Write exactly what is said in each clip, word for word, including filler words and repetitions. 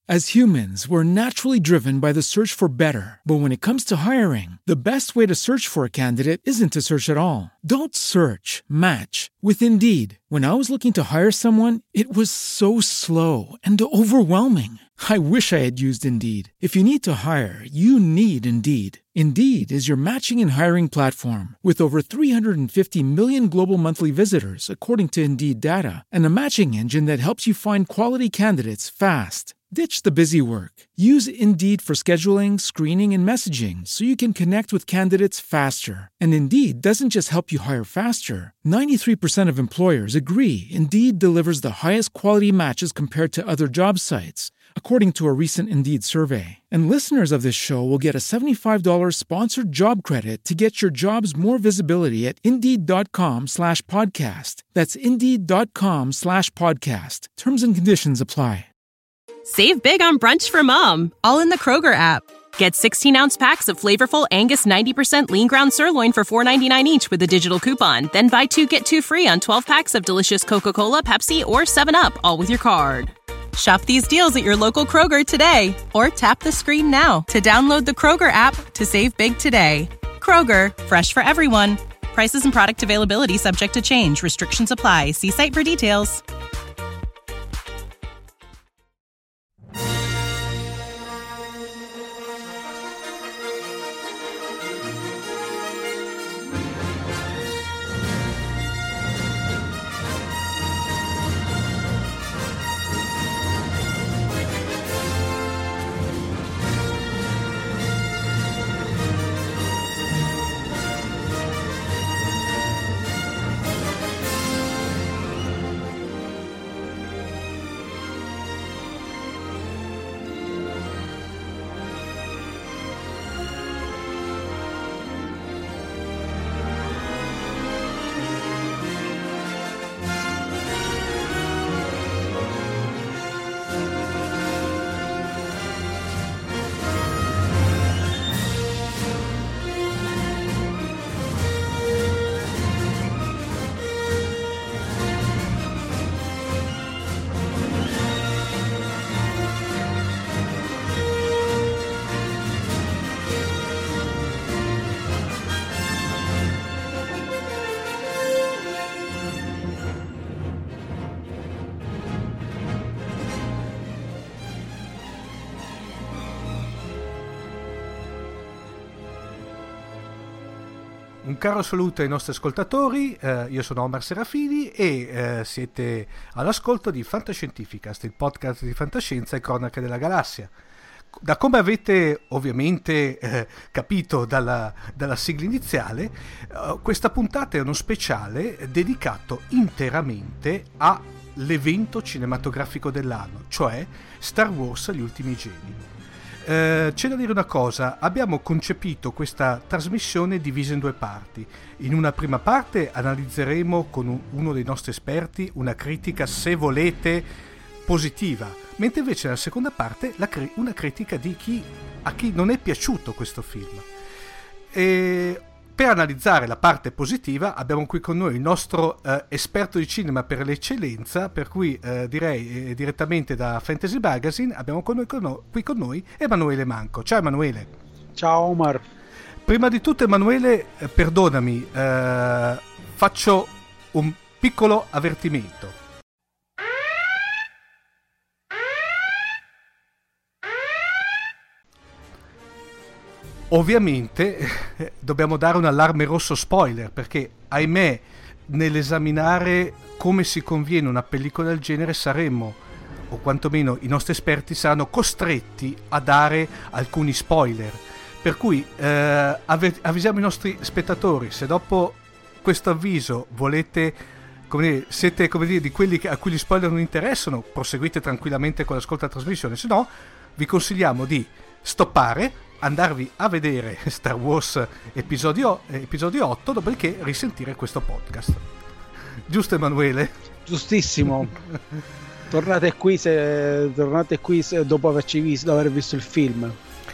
As humans, we're naturally driven by the search for better. But when it comes to hiring, the best way to search for a candidate isn't to search at all. Don't search, match with Indeed. When I was looking to hire someone, it was so slow and overwhelming. I wish I had used Indeed. If you need to hire, you need Indeed. Indeed is your matching and hiring platform with over three hundred fifty million global monthly visitors, according to Indeed data, and a matching engine that helps you find quality candidates fast. Ditch the busy work. Use Indeed for scheduling, screening, and messaging so you can connect with candidates faster. And Indeed doesn't just help you hire faster. ninety-three percent of employers agree Indeed delivers the highest quality matches compared to other job sites, according to a recent Indeed survey. And listeners of this show will get a seventy-five dollars sponsored job credit to get your jobs more visibility at Indeed.com slash podcast. That's Indeed.com slash podcast. Terms and conditions apply. Save big on brunch for mom, all in the Kroger app. Get sixteen-ounce packs of flavorful Angus ninety percent lean ground sirloin for four ninety-nine each with a digital coupon. Then buy two, get two free on twelve packs of delicious Coca-Cola, Pepsi, or seven up, all with your card. Shop these deals at your local Kroger today, or tap the screen now to download the Kroger app to save big today. Kroger, fresh for everyone. Prices and product availability subject to change. Restrictions apply. See site for details. Un caro saluto ai nostri ascoltatori, eh, io sono Omar Serafini e eh, siete all'ascolto di Fantascientificast, il podcast di fantascienza e cronache della galassia. Da come avete ovviamente eh, capito dalla, dalla sigla iniziale, eh, questa puntata è uno speciale dedicato interamente all'evento cinematografico dell'anno, cioè Star Wars Gli Ultimi Jedi. Eh, c'è da dire una cosa, abbiamo concepito questa trasmissione divisa in due parti. In una prima parte analizzeremo con un, uno dei nostri esperti una critica, se volete, positiva, mentre invece nella seconda parte la cri- una critica di chi, a chi non è piaciuto questo film. E per analizzare la parte positiva abbiamo qui con noi il nostro eh, esperto di cinema per l'eccellenza, per cui eh, direi eh, direttamente da Fantasy Magazine abbiamo con noi, con noi, qui con noi Emanuele Manco. Ciao Emanuele. Ciao Omar. Prima di tutto Emanuele, eh, perdonami, eh, faccio un piccolo avvertimento. Ovviamente eh, dobbiamo dare un allarme rosso spoiler, perché ahimè nell'esaminare come si conviene una pellicola del genere saremmo, o quantomeno i nostri esperti saranno costretti a dare alcuni spoiler, per cui eh, avv- avvisiamo i nostri spettatori: se dopo questo avviso volete, come dire, siete come dire, di quelli che, a cui gli spoiler non interessano, proseguite tranquillamente con l'ascolto della trasmissione, se no vi consigliamo di stoppare, andarvi a vedere Star Wars episodio, episodio otto, dopodiché risentire questo podcast. Giusto Emanuele? Giustissimo. Tornate qui se tornate qui se, dopo averci visto, dopo aver visto il film.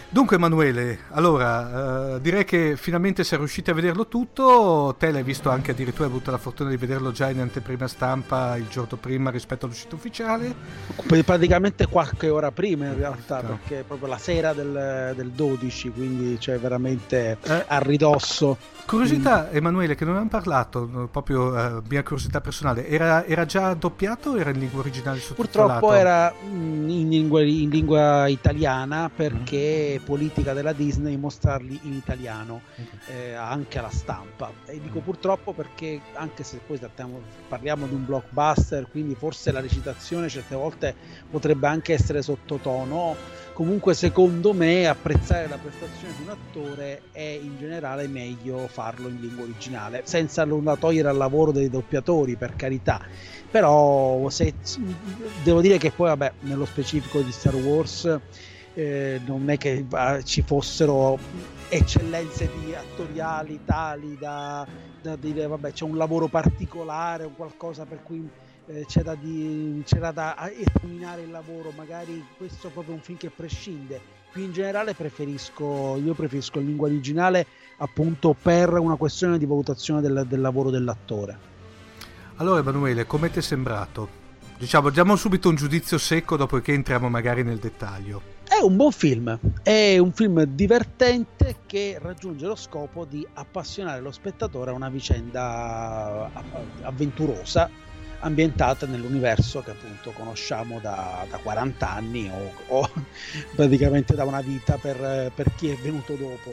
Dunque Emanuele, allora eh, direi che finalmente sei riusciti a vederlo tutto. Te l'hai visto anche, addirittura hai avuto la fortuna di vederlo già in anteprima stampa il giorno prima rispetto all'uscita ufficiale. Praticamente qualche ora prima in realtà, no. Perché proprio la sera del, del dodici, quindi cioè veramente eh, a ridosso. Curiosità mm. Emanuele, che non abbiamo parlato, proprio uh, mia curiosità personale, era, era già doppiato o era in lingua originale sottotitolato? Purtroppo era in lingua, in lingua italiana, perché mm. politica della Disney mostrarli in italiano okay. eh, anche alla stampa, e dico purtroppo perché anche se poi trattiamo, parliamo di un blockbuster, quindi forse la recitazione certe volte potrebbe anche essere sottotono, comunque secondo me apprezzare la prestazione di un attore è in generale meglio farlo in lingua originale, senza nulla togliere al lavoro dei doppiatori, per carità. Però se, devo dire che poi vabbè, nello specifico di Star Wars eh, non è che eh, ci fossero eccellenze di attoriali tali da, da dire vabbè c'è un lavoro particolare o qualcosa per cui eh, c'era, di, c'era da esaminare il lavoro, magari questo è proprio un film che prescinde. Qui in generale preferisco, io preferisco in lingua originale appunto per una questione di valutazione del, del lavoro dell'attore. Allora Emanuele, come ti è sembrato? Diciamo, diamo subito un giudizio secco, dopodiché entriamo magari nel dettaglio. È un buon film, è un film divertente che raggiunge lo scopo di appassionare lo spettatore a una vicenda avventurosa ambientata nell'universo che appunto conosciamo da, da quaranta anni o, o praticamente da una vita per, per chi è venuto dopo.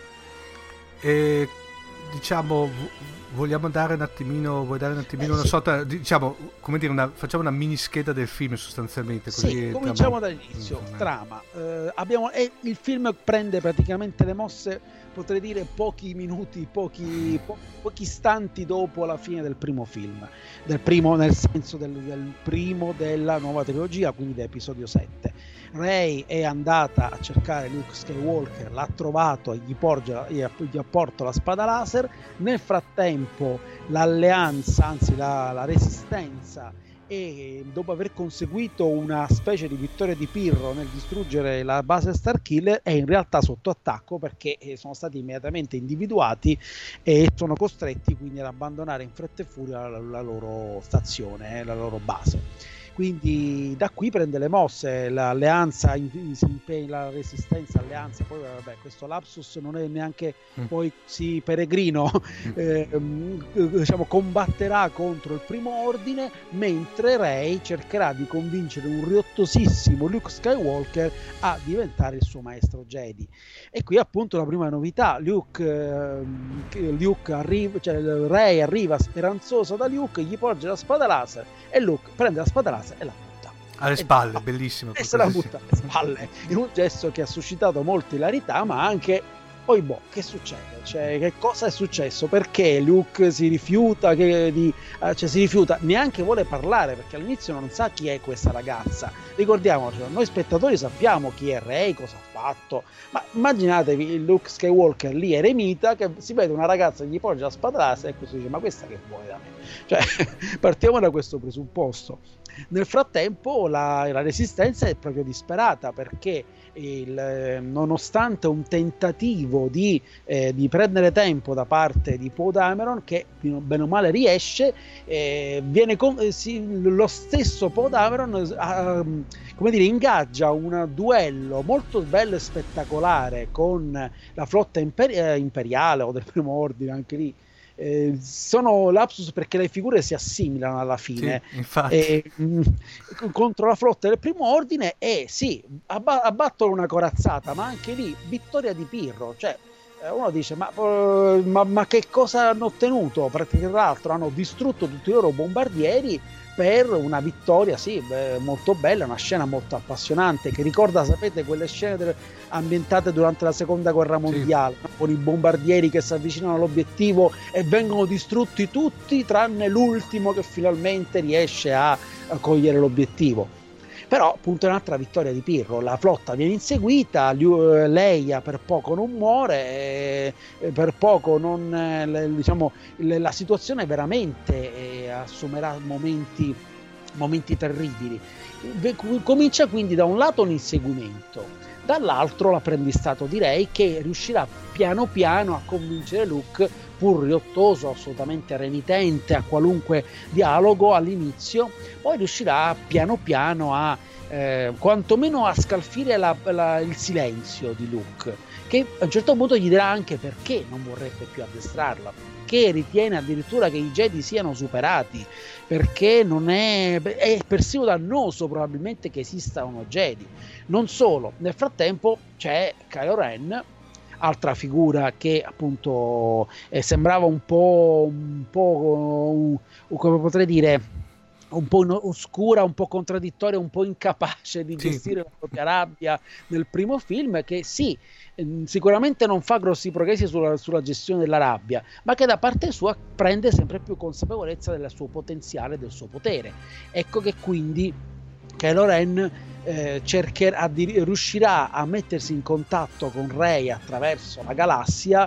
E diciamo, vogliamo dare un attimino, vuoi dare un attimino eh, una sì. sorta, diciamo, come dire, una, facciamo una mini scheda del film sostanzialmente. Così sì, cominciamo trama... dall'inizio. Mm, trama. Eh, abbiamo, eh, il film prende praticamente le mosse, potrei dire pochi minuti, pochi, po- pochi istanti dopo la fine del primo film, del primo nel senso del, del primo della nuova trilogia, quindi dell'episodio sette. Rey è andata a cercare Luke Skywalker, l'ha trovato e gli, porge, gli apporta la spada laser. Nel frattempo l'alleanza, anzi la, la resistenza, e dopo aver conseguito una specie di vittoria di Pirro nel distruggere la base Starkiller, è in realtà sotto attacco perché sono stati immediatamente individuati e sono costretti quindi ad abbandonare in fretta e furia la, la loro stazione, la loro base. Quindi da qui prende le mosse l'alleanza, si impegna, la resistenza, alleanza, poi vabbè, questo lapsus non è neanche mm. poi così peregrino, mm. eh, diciamo combatterà contro il primo ordine, mentre Rey cercherà di convincere un riottosissimo Luke Skywalker a diventare il suo maestro Jedi. E qui appunto la prima novità, Luke, eh, Luke arriva, cioè Rey arriva speranzosa da Luke, gli porge la spada laser e Luke prende la spada laser e la butta alle spalle, e, bellissimo, e se la butta alle spalle in un gesto che ha suscitato molta ilarità, ma anche poi boh, che succede? Cioè, che cosa è successo? Perché Luke si rifiuta che di, eh, cioè si rifiuta, neanche vuole parlare, perché all'inizio non sa chi è questa ragazza. Ricordiamoci, noi spettatori sappiamo chi è Rey, cosa ha fatto, ma immaginatevi il Luke Skywalker lì eremita che si vede una ragazza che gli porge la spada laser e questo dice: ma questa che vuole da me? Cioè, partiamo da questo presupposto. Nel frattempo la, la resistenza è proprio disperata, perché il, nonostante un tentativo di, eh, di prendere tempo da parte di Poe Dameron, che bene o male riesce, eh, viene con, eh, si, lo stesso Poe Dameron eh, come dire, ingaggia un duello molto bello e spettacolare con la flotta imperi- eh, imperiale o del primo ordine, anche lì Eh, sono lapsus perché le figure si assimilano alla fine, sì, infatti. Eh, mh, contro la flotta del primo ordine, e eh, sì, abba- abbattono una corazzata, ma anche lì vittoria di Pirro, cioè eh, uno dice ma, uh, ma, ma che cosa hanno ottenuto? Perché tra l'altro hanno distrutto tutti i loro bombardieri per una vittoria, sì, beh, molto bella, una scena molto appassionante che ricorda, sapete, quelle scene del, ambientate durante la seconda guerra mondiale, sì, no? Con i bombardieri che si avvicinano all'obiettivo e vengono distrutti tutti tranne l'ultimo che finalmente riesce a, a cogliere l'obiettivo. Però appunto è un'altra vittoria di Pirro, la flotta viene inseguita, Leia per poco non muore, per poco non, diciamo, la situazione veramente assumerà momenti, momenti terribili. Comincia quindi da un lato un inseguimento, dall'altro l'apprendistato di Rey, che riuscirà piano piano a convincere Luke, pur riottoso, assolutamente renitente a qualunque dialogo all'inizio, poi riuscirà piano piano a eh, quantomeno a scalfire la, la, il silenzio di Luke, che a un certo punto gli dirà anche perché non vorrebbe più addestrarla, che ritiene addirittura che i Jedi siano superati, perché non è, è persino dannoso probabilmente che esista uno Jedi. Non solo, nel frattempo c'è Kylo Ren, altra figura che appunto eh, sembrava un po', un po' uh, come potrei dire, un po' oscura, un po' contraddittoria, un po' incapace di sì. gestire la propria rabbia nel primo film, che sì, sicuramente non fa grossi progressi sulla, sulla gestione della rabbia, ma che da parte sua prende sempre più consapevolezza del suo potenziale, del suo potere. Ecco che quindi Kylo Ren eh, cercherà di, riuscirà a mettersi in contatto con Rey attraverso la galassia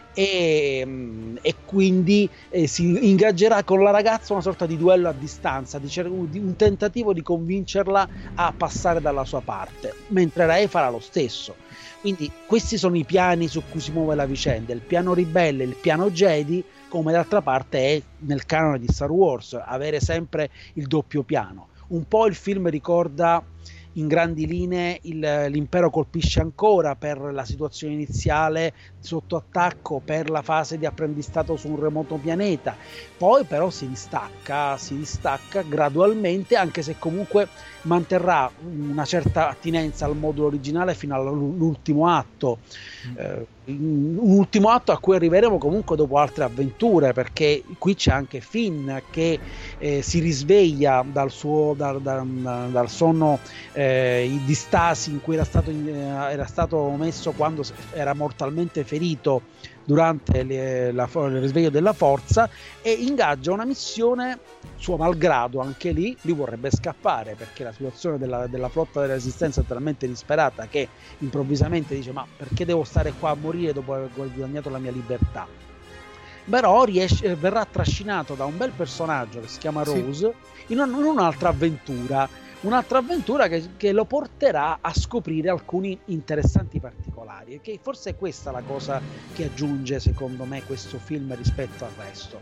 e, e quindi eh, si ingaggerà con la ragazza una sorta di duello a distanza, di, cer- di un tentativo di convincerla a passare dalla sua parte, mentre Rey farà lo stesso. Quindi questi sono i piani su cui si muove la vicenda, il piano ribelle, il piano Jedi, come d'altra parte è nel canone di Star Wars, avere sempre il doppio piano. Un po' il film ricorda in grandi linee il, l'impero colpisce ancora, per la situazione iniziale sotto attacco, per la fase di apprendistato su un remoto pianeta, poi però si distacca, si distacca gradualmente, anche se comunque manterrà una certa attinenza al modulo originale fino all'ultimo atto, mm. eh, un ultimo atto a cui arriveremo comunque dopo altre avventure, perché qui c'è anche Finn che eh, si risveglia dal suo dal, dal, dal sonno eh, di stasi in cui era stato, era stato messo quando era mortalmente ferito durante le, la, il risveglio della forza, e ingaggia una missione suo malgrado. Anche lì lui vorrebbe scappare, perché la situazione della, della flotta della Resistenza è talmente disperata che improvvisamente dice: ma perché devo stare qua a morire dopo aver guadagnato la mia libertà? Però riesce, verrà trascinato da un bel personaggio che si chiama Rose, sì, in, un, in un'altra avventura un'altra avventura che, che lo porterà a scoprire alcuni interessanti particolari, e che forse è questa la cosa che aggiunge secondo me questo film rispetto al resto,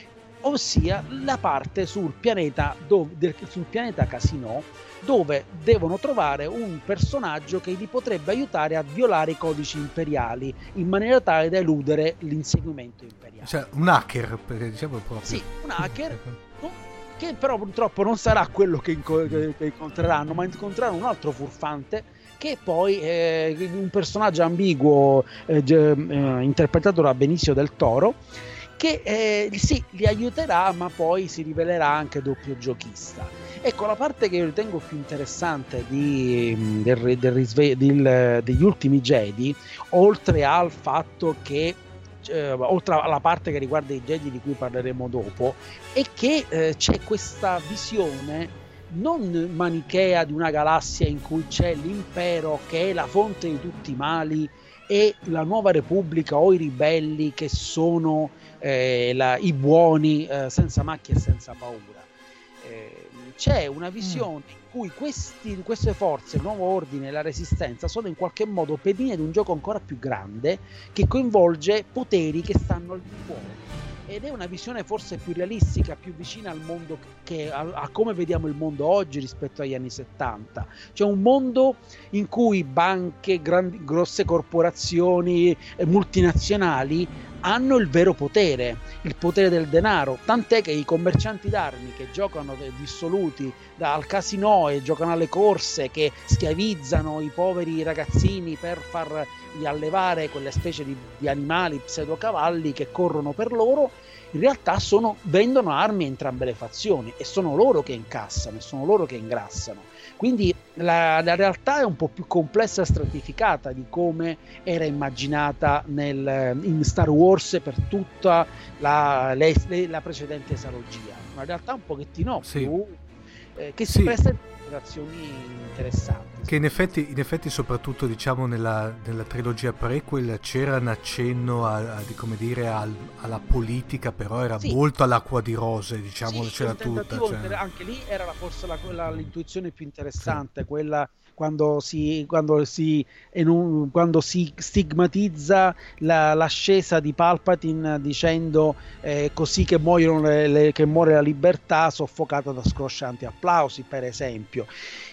ossia la parte sul pianeta dove, del, sul pianeta Casino, dove devono trovare un personaggio che li potrebbe aiutare a violare i codici imperiali in maniera tale da eludere l'inseguimento imperiale. Cioè un hacker, perché diciamo proprio. Sì, un hacker che però purtroppo non sarà quello che, inco- che incontreranno, ma incontreranno un altro furfante che poi è un personaggio ambiguo eh, eh, interpretato da Benicio del Toro, che eh, sì, li aiuterà, ma poi si rivelerà anche doppio giochista. Ecco, la parte che io ritengo più interessante di, del, del risve- del, degli ultimi Jedi, oltre al fatto che eh, oltre alla parte che riguarda i Jedi di cui parleremo dopo, è che eh, c'è questa visione non manichea di una galassia in cui c'è l'impero che è la fonte di tutti i mali e la nuova repubblica o i ribelli che sono eh, la, i buoni eh, senza macchie e senza paura. Eh, c'è una visione in cui questi, queste forze, il nuovo ordine e la resistenza sono in qualche modo pedine di un gioco ancora più grande che coinvolge poteri che stanno al di fuori, ed è una visione forse più realistica, più vicina al mondo che a, a come vediamo il mondo oggi rispetto agli anni settanta. C'è un mondo in cui banche, grandi, grosse corporazioni eh, multinazionali hanno il vero potere, il potere del denaro, tant'è che i commercianti d'armi che giocano dissoluti dal casino e giocano alle corse, che schiavizzano i poveri ragazzini per fargli allevare quelle specie di, di animali pseudocavalli che corrono per loro, in realtà sono, vendono armi a entrambe le fazioni, e sono loro che incassano, e sono loro che ingrassano. Quindi la, la realtà è un po' più complessa e stratificata di come era immaginata nel, in Star Wars per tutta la, le, la precedente esalogia. Una realtà un pochettino sì. più eh, che si sì. presta motivazioni interessanti. Che in effetti, in effetti soprattutto diciamo nella, nella trilogia prequel c'era un accenno a, a di come dire al, alla politica, però era sì. molto all'acqua di rose, diciamo, sì, c'era tutta. Cioè... Anche lì era la, forse la, quella, l'intuizione più interessante, sì. quella quando si quando si, un, quando si stigmatizza la, l'ascesa di Palpatine dicendo eh, così che muoiono le, le, che muore la libertà soffocata da scroscianti applausi, per esempio.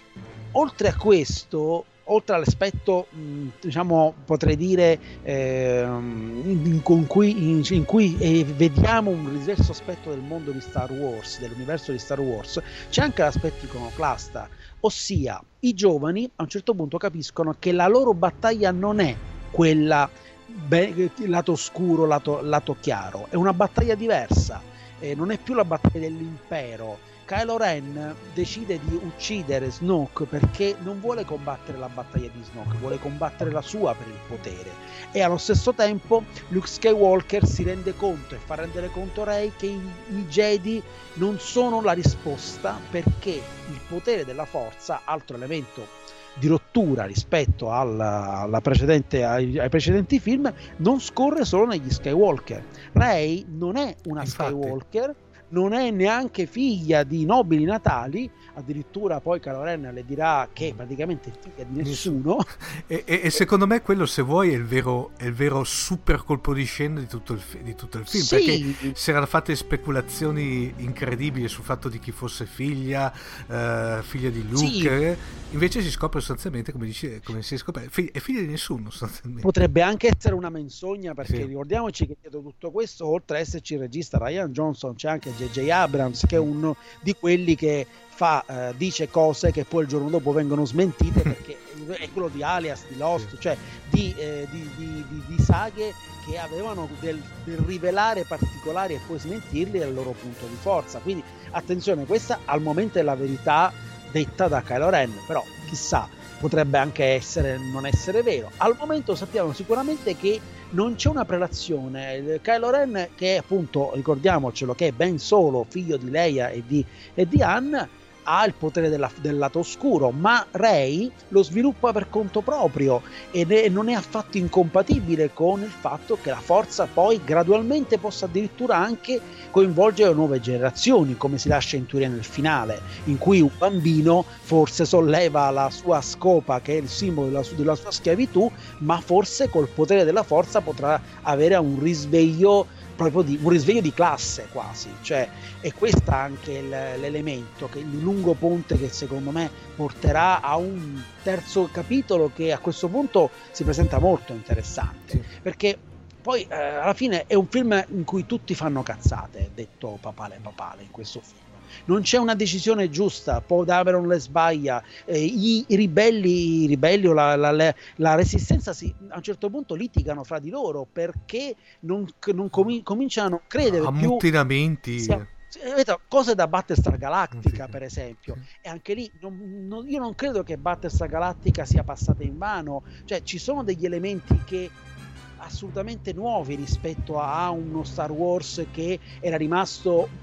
Oltre a questo, oltre all'aspetto mh, diciamo potrei dire eh, in, in cui, in, in cui eh, vediamo un diverso aspetto del mondo di Star Wars, dell'universo di Star Wars, c'è anche l'aspetto iconoclasta, ossia i giovani a un certo punto capiscono che la loro battaglia non è quella be- lato oscuro, lato, lato chiaro, è una battaglia diversa, eh, non è più la battaglia dell'impero. Kylo Ren decide di uccidere Snoke perché non vuole combattere la battaglia di Snoke, vuole combattere la sua per il potere, e allo stesso tempo Luke Skywalker si rende conto e fa rendere conto a Rey che i, i Jedi non sono la risposta, perché il potere della forza, altro elemento di rottura rispetto alla, alla precedente, ai, ai precedenti film, non scorre solo negli Skywalker. Rey non è una Infatti. Skywalker, non è neanche figlia di nobili natali, addirittura poi Kylo Ren le dirà che è praticamente figlia di nessuno. E, e, e secondo me quello, se vuoi, è il vero, è il vero super colpo di scena di tutto il, di tutto il film, sì. Perché si erano fatte speculazioni incredibili sul fatto di chi fosse figlia, uh, figlia di Luke, sì. Invece si scopre sostanzialmente, come dice, come si scopre, è figlia di nessuno sostanzialmente. Potrebbe anche essere una menzogna, perché sì. ricordiamoci che dietro tutto questo, oltre a esserci il regista Rian Johnson, c'è anche J J Abrams, che è uno di quelli che fa eh, dice cose che poi il giorno dopo vengono smentite, perché è quello di Alias, di Lost, cioè di, eh, di, di, di, di saghe che avevano del, del rivelare particolari e poi smentirli al loro punto di forza. Quindi attenzione, questa al momento è la verità detta da Kylo Ren, però chissà, potrebbe anche essere non essere vero. Al momento sappiamo sicuramente che non c'è una prelazione. Kylo Ren, che è appunto, ricordiamocelo, che è ben solo figlio di Leia e di, e di Han, ha il potere della, del lato oscuro, ma Rey lo sviluppa per conto proprio ed è, non è affatto incompatibile con il fatto che la forza poi gradualmente possa addirittura anche coinvolgere nuove generazioni, come si lascia intuire nel finale, in cui un bambino forse solleva la sua scopa, che è il simbolo della, della sua schiavitù, ma forse col potere della forza potrà avere un risveglio proprio di un risveglio di classe quasi, cioè è questo anche il, l'elemento, che il lungo ponte che secondo me porterà a un terzo capitolo che a questo punto si presenta molto interessante, sì. Perché poi eh, alla fine è un film in cui tutti fanno cazzate, detto papale papale in questo film. Non c'è una decisione giusta, Poe Dameron le sbaglia, eh, i, i ribelli, i ribelli o la, la, la, la resistenza si, a un certo punto litigano fra di loro perché non, non comin- cominciano a non credere più. Ammutinamenti. Sia, cose da Battlestar Galactica, per esempio, e anche lì non, non, io non credo che Battlestar Galactica sia passata in vano, cioè ci sono degli elementi che assolutamente nuovi rispetto a uno Star Wars che era rimasto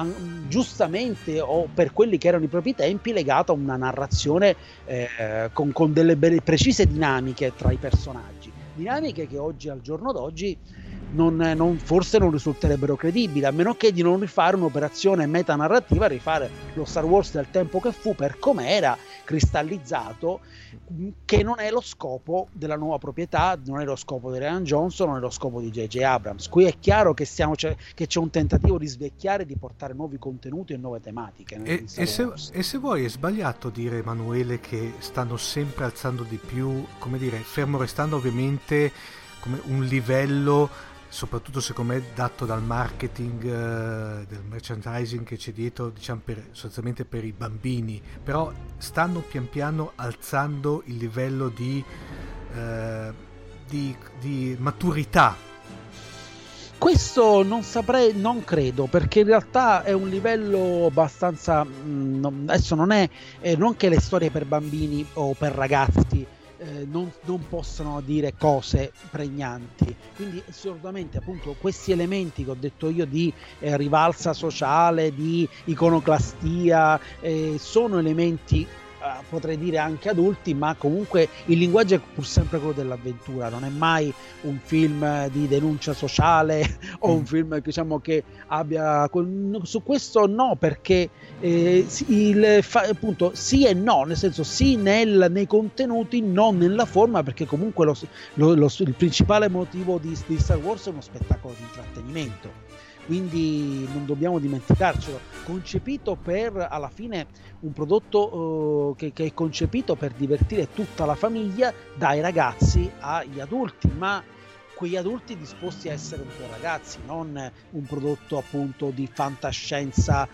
giustamente, o per quelli che erano i propri tempi, legato a una narrazione eh, con, con delle belle, precise dinamiche tra i personaggi, dinamiche che oggi, al giorno d'oggi, non, non, forse non risulterebbero credibili, a meno che di non rifare un'operazione metanarrativa, rifare lo Star Wars del tempo che fu per com'era, cristallizzato, che non è lo scopo della nuova proprietà, non è lo scopo di Rian Johnson, non è lo scopo di J J Abrams. Qui è chiaro che, stiamo, che c'è un tentativo di svecchiare, di portare nuovi contenuti e nuove tematiche. E, e, se, e se vuoi, è sbagliato dire, Emanuele, che stanno sempre alzando di più, come dire, fermo restando ovviamente come un livello, soprattutto secondo me dato dal marketing, uh, del merchandising che c'è dietro, diciamo, per, sostanzialmente per i bambini, però stanno pian piano alzando il livello di, uh, di, di maturità. Questo non saprei, non credo, perché in realtà è un livello abbastanza mh, adesso non è eh, non che le storie per bambini o per ragazzi Eh, non, non possono dire cose pregnanti, quindi assolutamente, appunto, questi elementi che ho detto io di eh, rivalsa sociale, di iconoclastia, eh, sono elementi potrei dire anche adulti, ma comunque il linguaggio è pur sempre quello dell'avventura, non è mai un film di denuncia sociale o un film, diciamo, che abbia su questo, no, perché eh, il, fa, appunto sì e no, nel senso sì nel, nei contenuti, non nella forma, perché comunque lo, lo, lo, il principale motivo di, di Star Wars è uno spettacolo di intrattenimento. Quindi non dobbiamo dimenticarcelo, concepito per, alla fine, un prodotto uh, che, che è concepito per divertire tutta la famiglia, dai ragazzi agli adulti, ma quegli adulti disposti a essere un po' ragazzi, non un prodotto appunto di fantascienza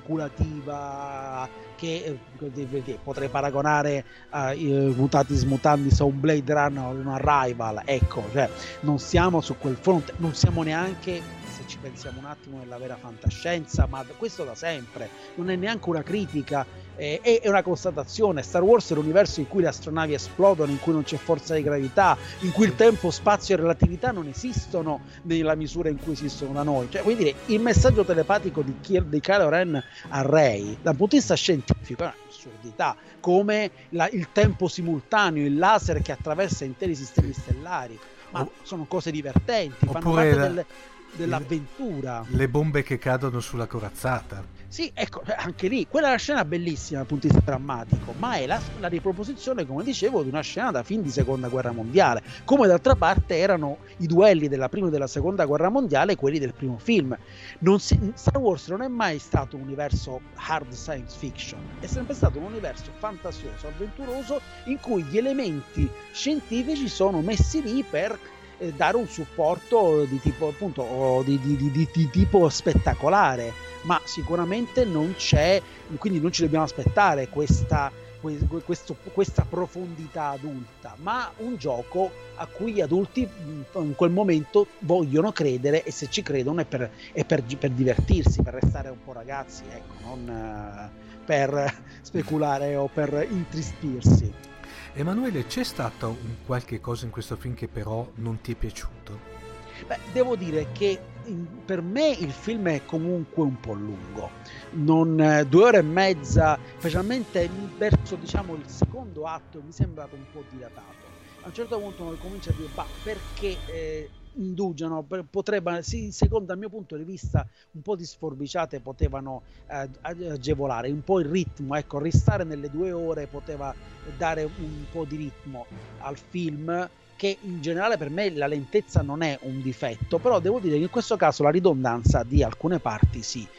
speculativa che eh, potrei paragonare a uh, Mutatis Mutandis a un Blade Runner o un Arrival, ecco, cioè non siamo su quel fronte, non siamo neanche, ci pensiamo un attimo, nella vera fantascienza, ma questo da sempre, non è neanche una critica, eh, è, è una constatazione. Star Wars è l'universo in cui le astronavi esplodono, in cui non c'è forza di gravità, in cui il tempo, spazio e relatività non esistono nella misura in cui esistono da noi, cioè, vuol dire, il messaggio telepatico di, di Kylo Ren a Rey dal punto di vista scientifico è un'assurdità, come la, il tempo simultaneo, il laser che attraversa interi sistemi stellari, ma o, sono cose divertenti, fanno parte la... delle dell'avventura, le bombe che cadono sulla corazzata. Sì, ecco, anche lì quella è una scena bellissima dal punto di vista drammatico, ma è la, la riproposizione, come dicevo, di una scena da film di seconda guerra mondiale, come d'altra parte erano i duelli della prima e della seconda guerra mondiale, quelli del primo film. Non si, Star Wars non è mai stato un universo hard science fiction, è sempre stato un universo fantasioso, avventuroso, in cui gli elementi scientifici sono messi lì per dare un supporto di tipo, appunto, di, di, di, di, di tipo spettacolare, ma sicuramente non c'è, quindi non ci dobbiamo aspettare questa, questo, questa profondità adulta, ma un gioco a cui gli adulti in quel momento vogliono credere, e se ci credono è per, è per, per divertirsi, per restare un po' ragazzi, ecco, non uh, per speculare o per intristirsi. Emanuele, c'è stato un qualche cosa in questo film che però non ti è piaciuto? Beh, devo dire che in, per me il film è comunque un po' lungo, non, eh, due ore e mezza, specialmente verso, diciamo, il secondo atto mi è sembrato un po' dilatato. A un certo punto uno comincia a dire, bah, perché eh, indugiano, potrebbe, sì, secondo dal mio punto di vista un po' di sforbiciate potevano eh, agevolare un po' il ritmo, ecco, restare nelle due ore poteva dare un po' di ritmo al film, che in generale per me la lentezza non è un difetto, però devo dire che in questo caso la ridondanza di alcune parti sì.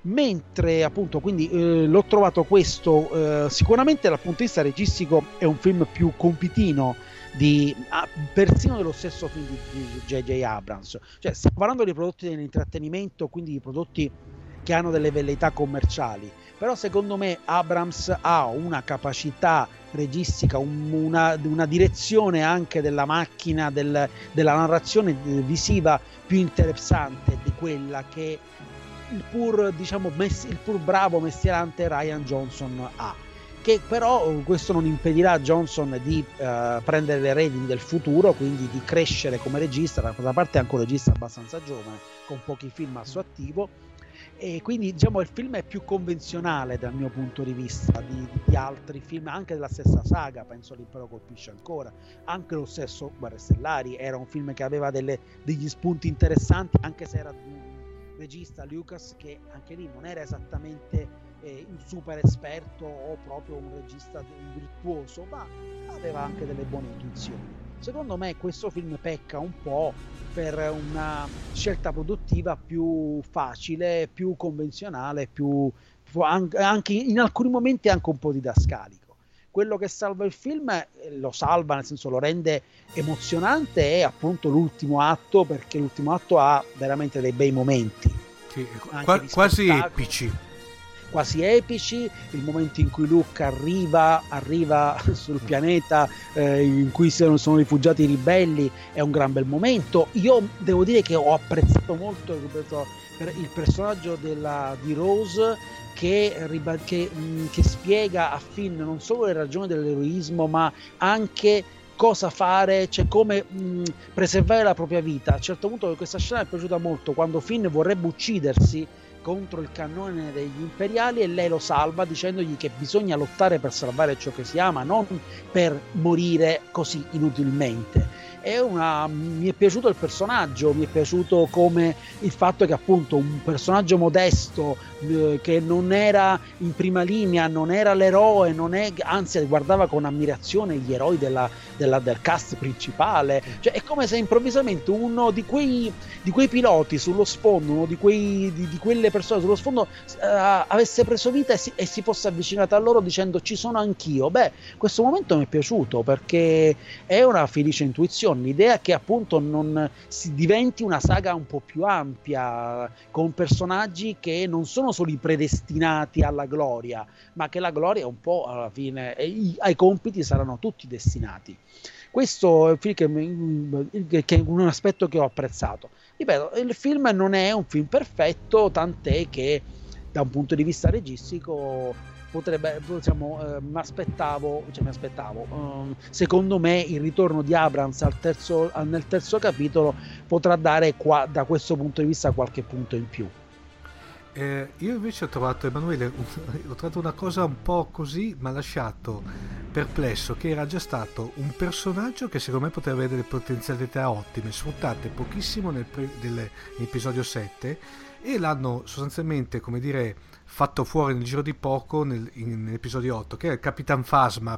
Mentre appunto, quindi eh, l'ho trovato questo eh, sicuramente dal punto di vista registico è un film più compitino di ah, persino dello stesso film di, di J J Abrams, cioè stiamo parlando di prodotti dell'intrattenimento, quindi di prodotti che hanno delle velleità commerciali, però secondo me Abrams ha una capacità registica, un, una, una direzione anche della macchina, del, della narrazione visiva più interessante di quella che il pur, diciamo, mess- il pur bravo mestierante Rian Johnson ha, che però questo non impedirà a Johnson di uh, prendere le redini del futuro, quindi di crescere come regista. Da parte è anche un regista abbastanza giovane, con pochi film a suo attivo, e quindi diciamo il film è più convenzionale dal mio punto di vista di, di altri film, anche della stessa saga. Penso L'Impero colpisce ancora, anche lo stesso Guerre Stellari era un film che aveva delle, degli spunti interessanti, anche se era un regista, Lucas, che anche lì non era esattamente eh, un super esperto o proprio un regista virtuoso, ma aveva anche delle buone intuizioni. Secondo me questo film pecca un po' per una scelta produttiva più facile, più convenzionale, più anche in alcuni momenti anche un po' didascalico. Quello che salva il film, lo salva nel senso lo rende emozionante, è appunto l'ultimo atto, perché l'ultimo atto ha veramente dei bei momenti, sì, qua, quasi epici. quasi epici, il momento in cui Luke arriva arriva sul pianeta eh, in cui sono, sono rifugiati i ribelli, è un gran bel momento. Io devo dire che ho apprezzato molto il personaggio della, di Rose, che, che, che spiega a Finn non solo le ragioni dell'eroismo, ma anche cosa fare, cioè come mh, preservare la propria vita. A un certo punto questa scena mi è piaciuta molto, quando Finn vorrebbe uccidersi contro il cannone degli imperiali e lei lo salva dicendogli che bisogna lottare per salvare ciò che si ama, non per morire così inutilmente. È una... mi è piaciuto il personaggio, mi è piaciuto come il fatto che appunto un personaggio modesto eh, che non era in prima linea, non era l'eroe, non è... anzi guardava con ammirazione gli eroi della, della, del cast principale, cioè è come se improvvisamente uno di quei, di quei piloti sullo sfondo, uno di, quei, di, di quelle persone sullo sfondo eh, avesse preso vita e si, e si fosse avvicinato a loro dicendo ci sono anch'io. Beh, questo momento mi è piaciuto perché è una felice intuizione. L'idea che appunto non si diventi una saga un po' più ampia, con personaggi che non sono solo i predestinati alla gloria, ma che la gloria un po' alla fine ai compiti saranno tutti destinati. Questo è un aspetto che ho apprezzato. Ripeto, il film non è un film perfetto, tant'è che da un punto di vista registico potrebbe, diciamo, eh, mi aspettavo, cioè mi aspettavo um, secondo me il ritorno di Abrams al terzo, nel terzo capitolo potrà dare qua, da questo punto di vista qualche punto in più. Eh, io invece ho trovato, Emanuele, ho trovato una cosa un po' così, mi ha lasciato perplesso, che era già stato un personaggio che secondo me poteva avere delle potenzialità ottime, sfruttate pochissimo nel pre- dell'episodio sette, e l'hanno sostanzialmente, come dire, fatto fuori nel giro di poco nel, in, nell'episodio otto, che è il Capitan Phasma.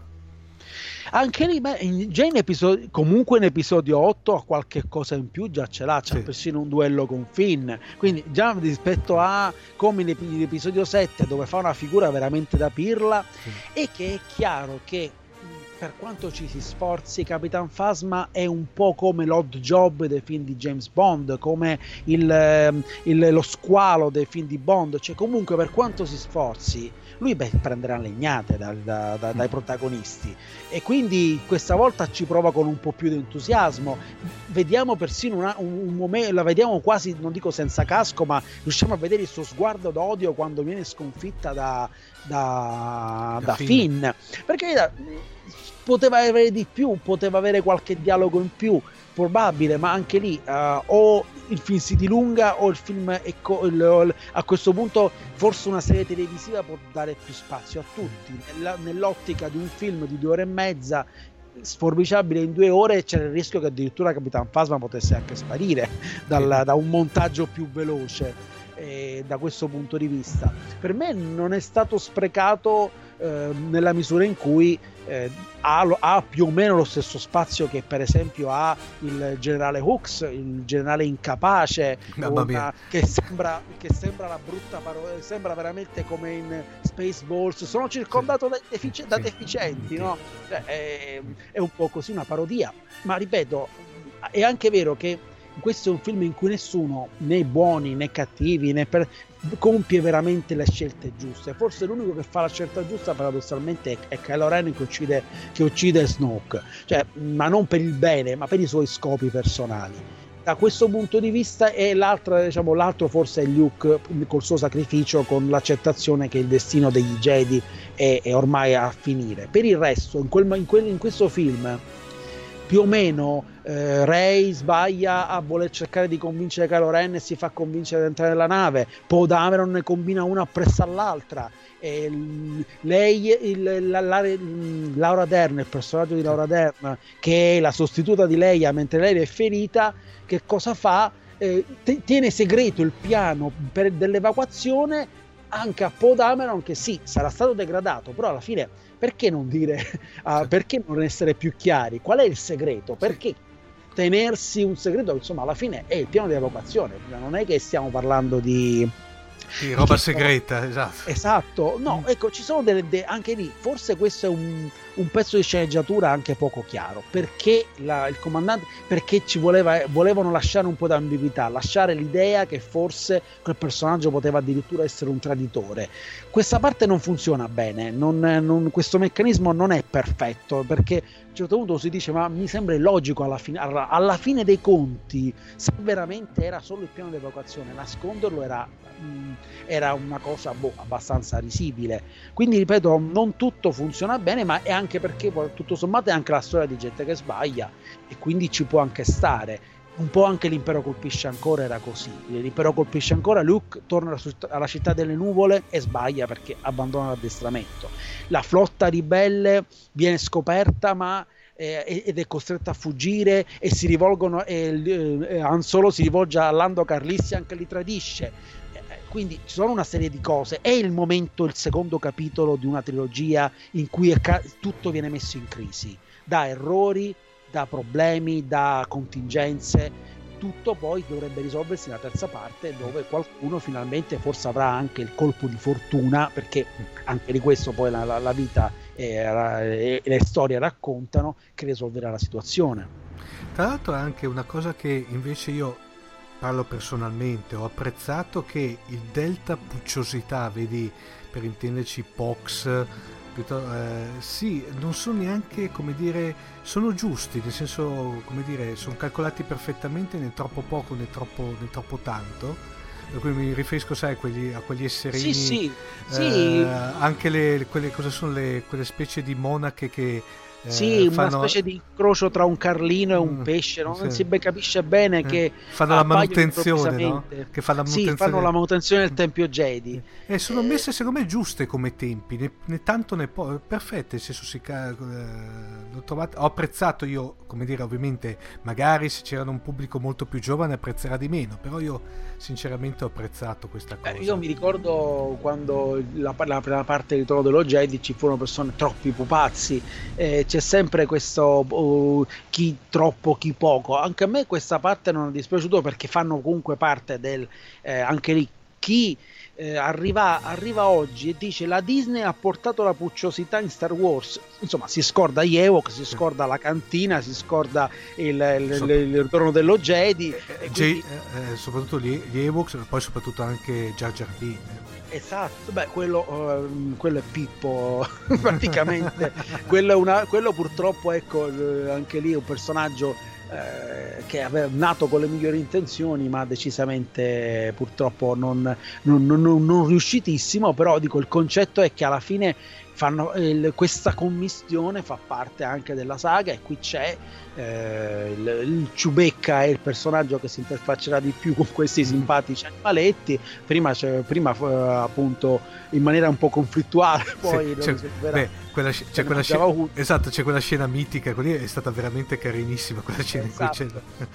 Anche lì, beh, già in episodio, comunque in episodio otto ha qualche cosa in più, già ce l'ha, c'è sì. Persino un duello con Finn, quindi già rispetto a come in episodio sette dove fa una figura veramente da pirla, sì. E che è chiaro che per quanto ci si sforzi, Capitan Phasma è un po' come l'odd job dei film di James Bond, come il, il, lo squalo dei film di Bond, cioè comunque per quanto si sforzi lui beh, prenderà legnate da, da, da, dai protagonisti, e quindi questa volta ci prova con un po' più di entusiasmo. Vediamo persino una, un, un momento, la vediamo quasi, non dico senza casco, ma riusciamo a vedere il suo sguardo d'odio quando viene sconfitta da, da, da, da Finn. Finn perché poteva avere di più, poteva avere qualche dialogo in più, probabile, ma anche lì uh, o il film si dilunga o il film è co- il, a questo punto forse una serie televisiva può dare più spazio a tutti. Nella, nell'ottica di un film di due ore e mezza sforbiciabile in due ore c'era il rischio che addirittura Capitan Phasma potesse anche sparire dal, da un montaggio più veloce. E da questo punto di vista per me non è stato sprecato eh, nella misura in cui eh, ha, ha più o meno lo stesso spazio che per esempio ha il generale Hux, il generale incapace, una, che sembra che sembra la brutta parola, sembra veramente come in Spaceballs, sono circondato da, defici- da deficienti, no? Cioè, è, è un po' così una parodia, ma ripeto, è anche vero che questo è un film in cui nessuno, né buoni né cattivi, né per, compie veramente le scelte giuste. Forse l'unico che fa la scelta giusta paradossalmente è, è Kylo Ren, che uccide, che uccide Snoke, cioè, ma non per il bene, ma per i suoi scopi personali. Da questo punto di vista è l'altro, diciamo, l'altro forse è Luke col suo sacrificio, con l'accettazione che il destino degli Jedi è, è ormai a finire. Per il resto, in, quel, in, quel, in questo film più o meno eh, Rey sbaglia a voler cercare di convincere Kylo Ren e si fa convincere ad entrare nella nave, Poe Dameron ne combina una appresso all'altra, e l- lei il, la, la, Laura Dern, il personaggio di Laura Dern, che è la sostituta di Leia mentre lei è ferita, che cosa fa? Eh, t- tiene segreto il piano per, dell'evacuazione anche a Poe Dameron, che sì, sarà stato degradato, però alla fine perché non dire, uh, perché non essere più chiari? Qual è il segreto? Perché tenersi un segreto? Insomma, alla fine è il piano di evacuazione, non è che stiamo parlando di... Sì, roba segreta, sono... esatto. Esatto, no, mm. ecco, ci sono delle, de... anche lì, forse questo è un, un pezzo di sceneggiatura anche poco chiaro, perché la, il comandante, perché ci voleva, volevano lasciare un po' di ambiguità, lasciare l'idea che forse quel personaggio poteva addirittura essere un traditore. Questa parte non funziona bene, non, non, questo meccanismo non è perfetto, perché a un certo punto si dice, ma mi sembra illogico alla fine, alla, alla fine dei conti, se veramente era solo il piano di evacuazione, nasconderlo era, mh, era una cosa boh, abbastanza risibile. Quindi ripeto, non tutto funziona bene, ma è anche perché tutto sommato è anche la storia di gente che sbaglia, e quindi ci può anche stare. un po' anche l'Impero colpisce ancora era così. L'Impero colpisce ancora, Luke torna alla città delle nuvole e sbaglia perché abbandona l'addestramento. La flotta ribelle viene scoperta, ma eh, ed è costretta a fuggire, e si rivolgono e eh, Han Solo si rivolge a Lando Calrissian che li tradisce. Eh, quindi ci sono una serie di cose. È il momento, il secondo capitolo di una trilogia in cui è ca- tutto viene messo in crisi, da errori, da problemi, da contingenze. Tutto poi dovrebbe risolversi nella terza parte, dove qualcuno finalmente forse avrà anche il colpo di fortuna, perché anche di questo poi la, la, la vita e, e le storie raccontano, che risolverà la situazione. Tra l'altro è anche una cosa che invece io parlo personalmente, ho apprezzato che il delta pucciosità, vedi, per intenderci Pox, Eh, sì, non sono neanche, come dire, sono giusti, nel senso, come dire, sono calcolati perfettamente, né troppo poco né troppo, né troppo tanto. Per cui mi riferisco, sai, a quegli, a quegli esserini, sì, sì, eh, sì. anche le, quelle, cosa sono le, quelle specie di monache che Eh, sì, fanno... una specie di incrocio tra un carlino e un mm, pesce, no? sì. Non si ben capisce bene eh, che fanno la manutenzione, no? Che fa la manutenzione. Sì, fanno la manutenzione del Tempio Jedi. E eh, sono eh... messe secondo me giuste come tempi, né, né tanto né po', perfette, nel senso si eh, l'ho trovato, ho apprezzato io, come dire, ovviamente magari se c'era un pubblico molto più giovane apprezzerà di meno, però io sinceramente ho apprezzato questa cosa. Eh, io mi ricordo quando la, la prima parte di Trono dello Jedi ci furono persone troppi pupazzi, eh, c'è sempre questo uh, chi troppo chi poco. Anche a me questa parte non è dispiaciuto, perché fanno comunque parte del eh, anche lì chi eh, arriva, arriva oggi e dice la Disney ha portato la pucciosità in Star Wars, insomma si scorda gli Ewok, si scorda la cantina, si scorda il, il, so, il, il ritorno dello Jedi, eh, e quindi... eh, soprattutto gli, gli Ewoks, poi soprattutto anche Jar Jar Binks. Esatto, beh, quello, uh, quello è Pippo praticamente. quello, è una, quello purtroppo, ecco, anche lì è un personaggio eh, che aveva nato con le migliori intenzioni, ma decisamente purtroppo non, non, non, non riuscitissimo. Però dico, il concetto è che alla fine fanno il, questa commistione fa parte anche della saga, e qui c'è eh, il, il Chewbacca è il personaggio che si interfaccerà di più con questi simpatici animaletti. Prima c'è prima eh, appunto in maniera un po' conflittuale, poi sì, c'è, beh, quella, c'è, c'è quella scena, esatto, c'è quella scena mitica, quella è stata veramente carinissima, quella scena, esatto. In cui c'è...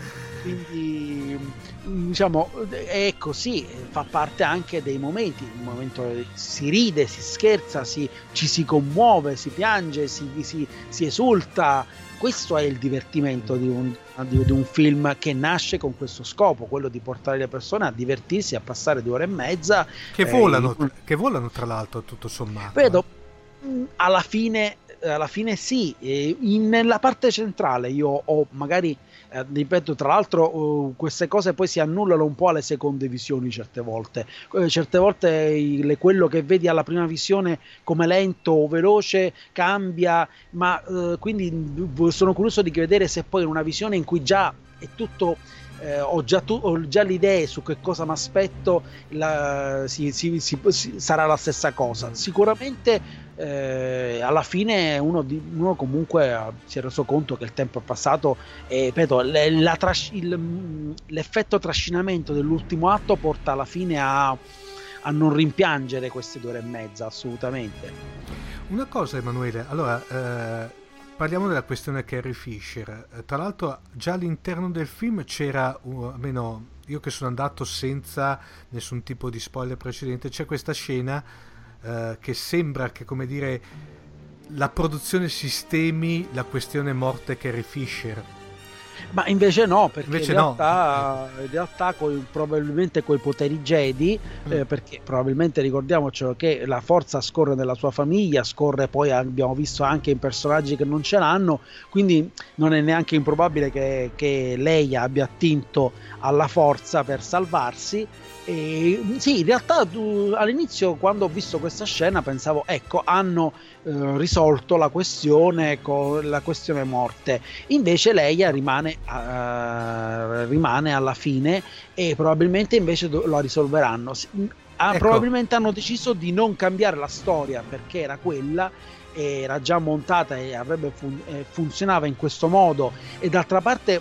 quindi diciamo è così, fa parte anche dei momenti, il momento si ride, si scherza, si, ci si commuove, si piange, si, si, si esulta. Questo è il divertimento di un, di, di un film che nasce con questo scopo, quello di portare le persone a divertirsi, a passare due ore e mezza che volano, eh, che volano tra l'altro, tutto sommato. Vedo, alla fine, alla fine sì, in, nella parte centrale io ho magari Eh, ripeto, tra l'altro uh, queste cose poi si annullano un po' alle seconde visioni certe volte, eh, certe volte il, quello che vedi alla prima visione come lento o veloce cambia, ma uh, quindi sono curioso di vedere se poi in una visione in cui già è tutto eh, ho, già tu, ho già le idee su che cosa mi aspetto, si, si, si, si, sarà la stessa cosa sicuramente. Eh, alla fine uno, di, uno comunque uh, si è reso conto che il tempo è passato, e ripeto, le, la tras- il, l'effetto trascinamento dell'ultimo atto porta alla fine a, a non rimpiangere queste due ore e mezza, assolutamente. Una cosa, Emanuele, allora eh, parliamo della questione Carrie Fisher. Eh, tra l'altro già all'interno del film c'era, uh, almeno io che sono andato senza nessun tipo di spoiler precedente, c'è questa scena Uh, che sembra che, come dire, la produzione sistemi la questione morte Carrie Fisher, ma invece no, perché invece in realtà, no. in realtà coi, probabilmente coi poteri Jedi, mm. eh, perché probabilmente ricordiamocelo che la forza scorre nella sua famiglia, scorre poi, abbiamo visto, anche in personaggi che non ce l'hanno, quindi non è neanche improbabile che, che lei abbia attinto alla forza per salvarsi. E sì, in realtà tu, all'inizio, quando ho visto questa scena, pensavo, ecco, hanno eh, risolto la questione con la questione morte. Invece Leia rimane, uh, rimane alla fine, e probabilmente invece do- la risolveranno. Ah, ecco. Probabilmente hanno deciso di non cambiare la storia, perché era quella, era già montata e avrebbe fun- eh, funzionava in questo modo, e d'altra parte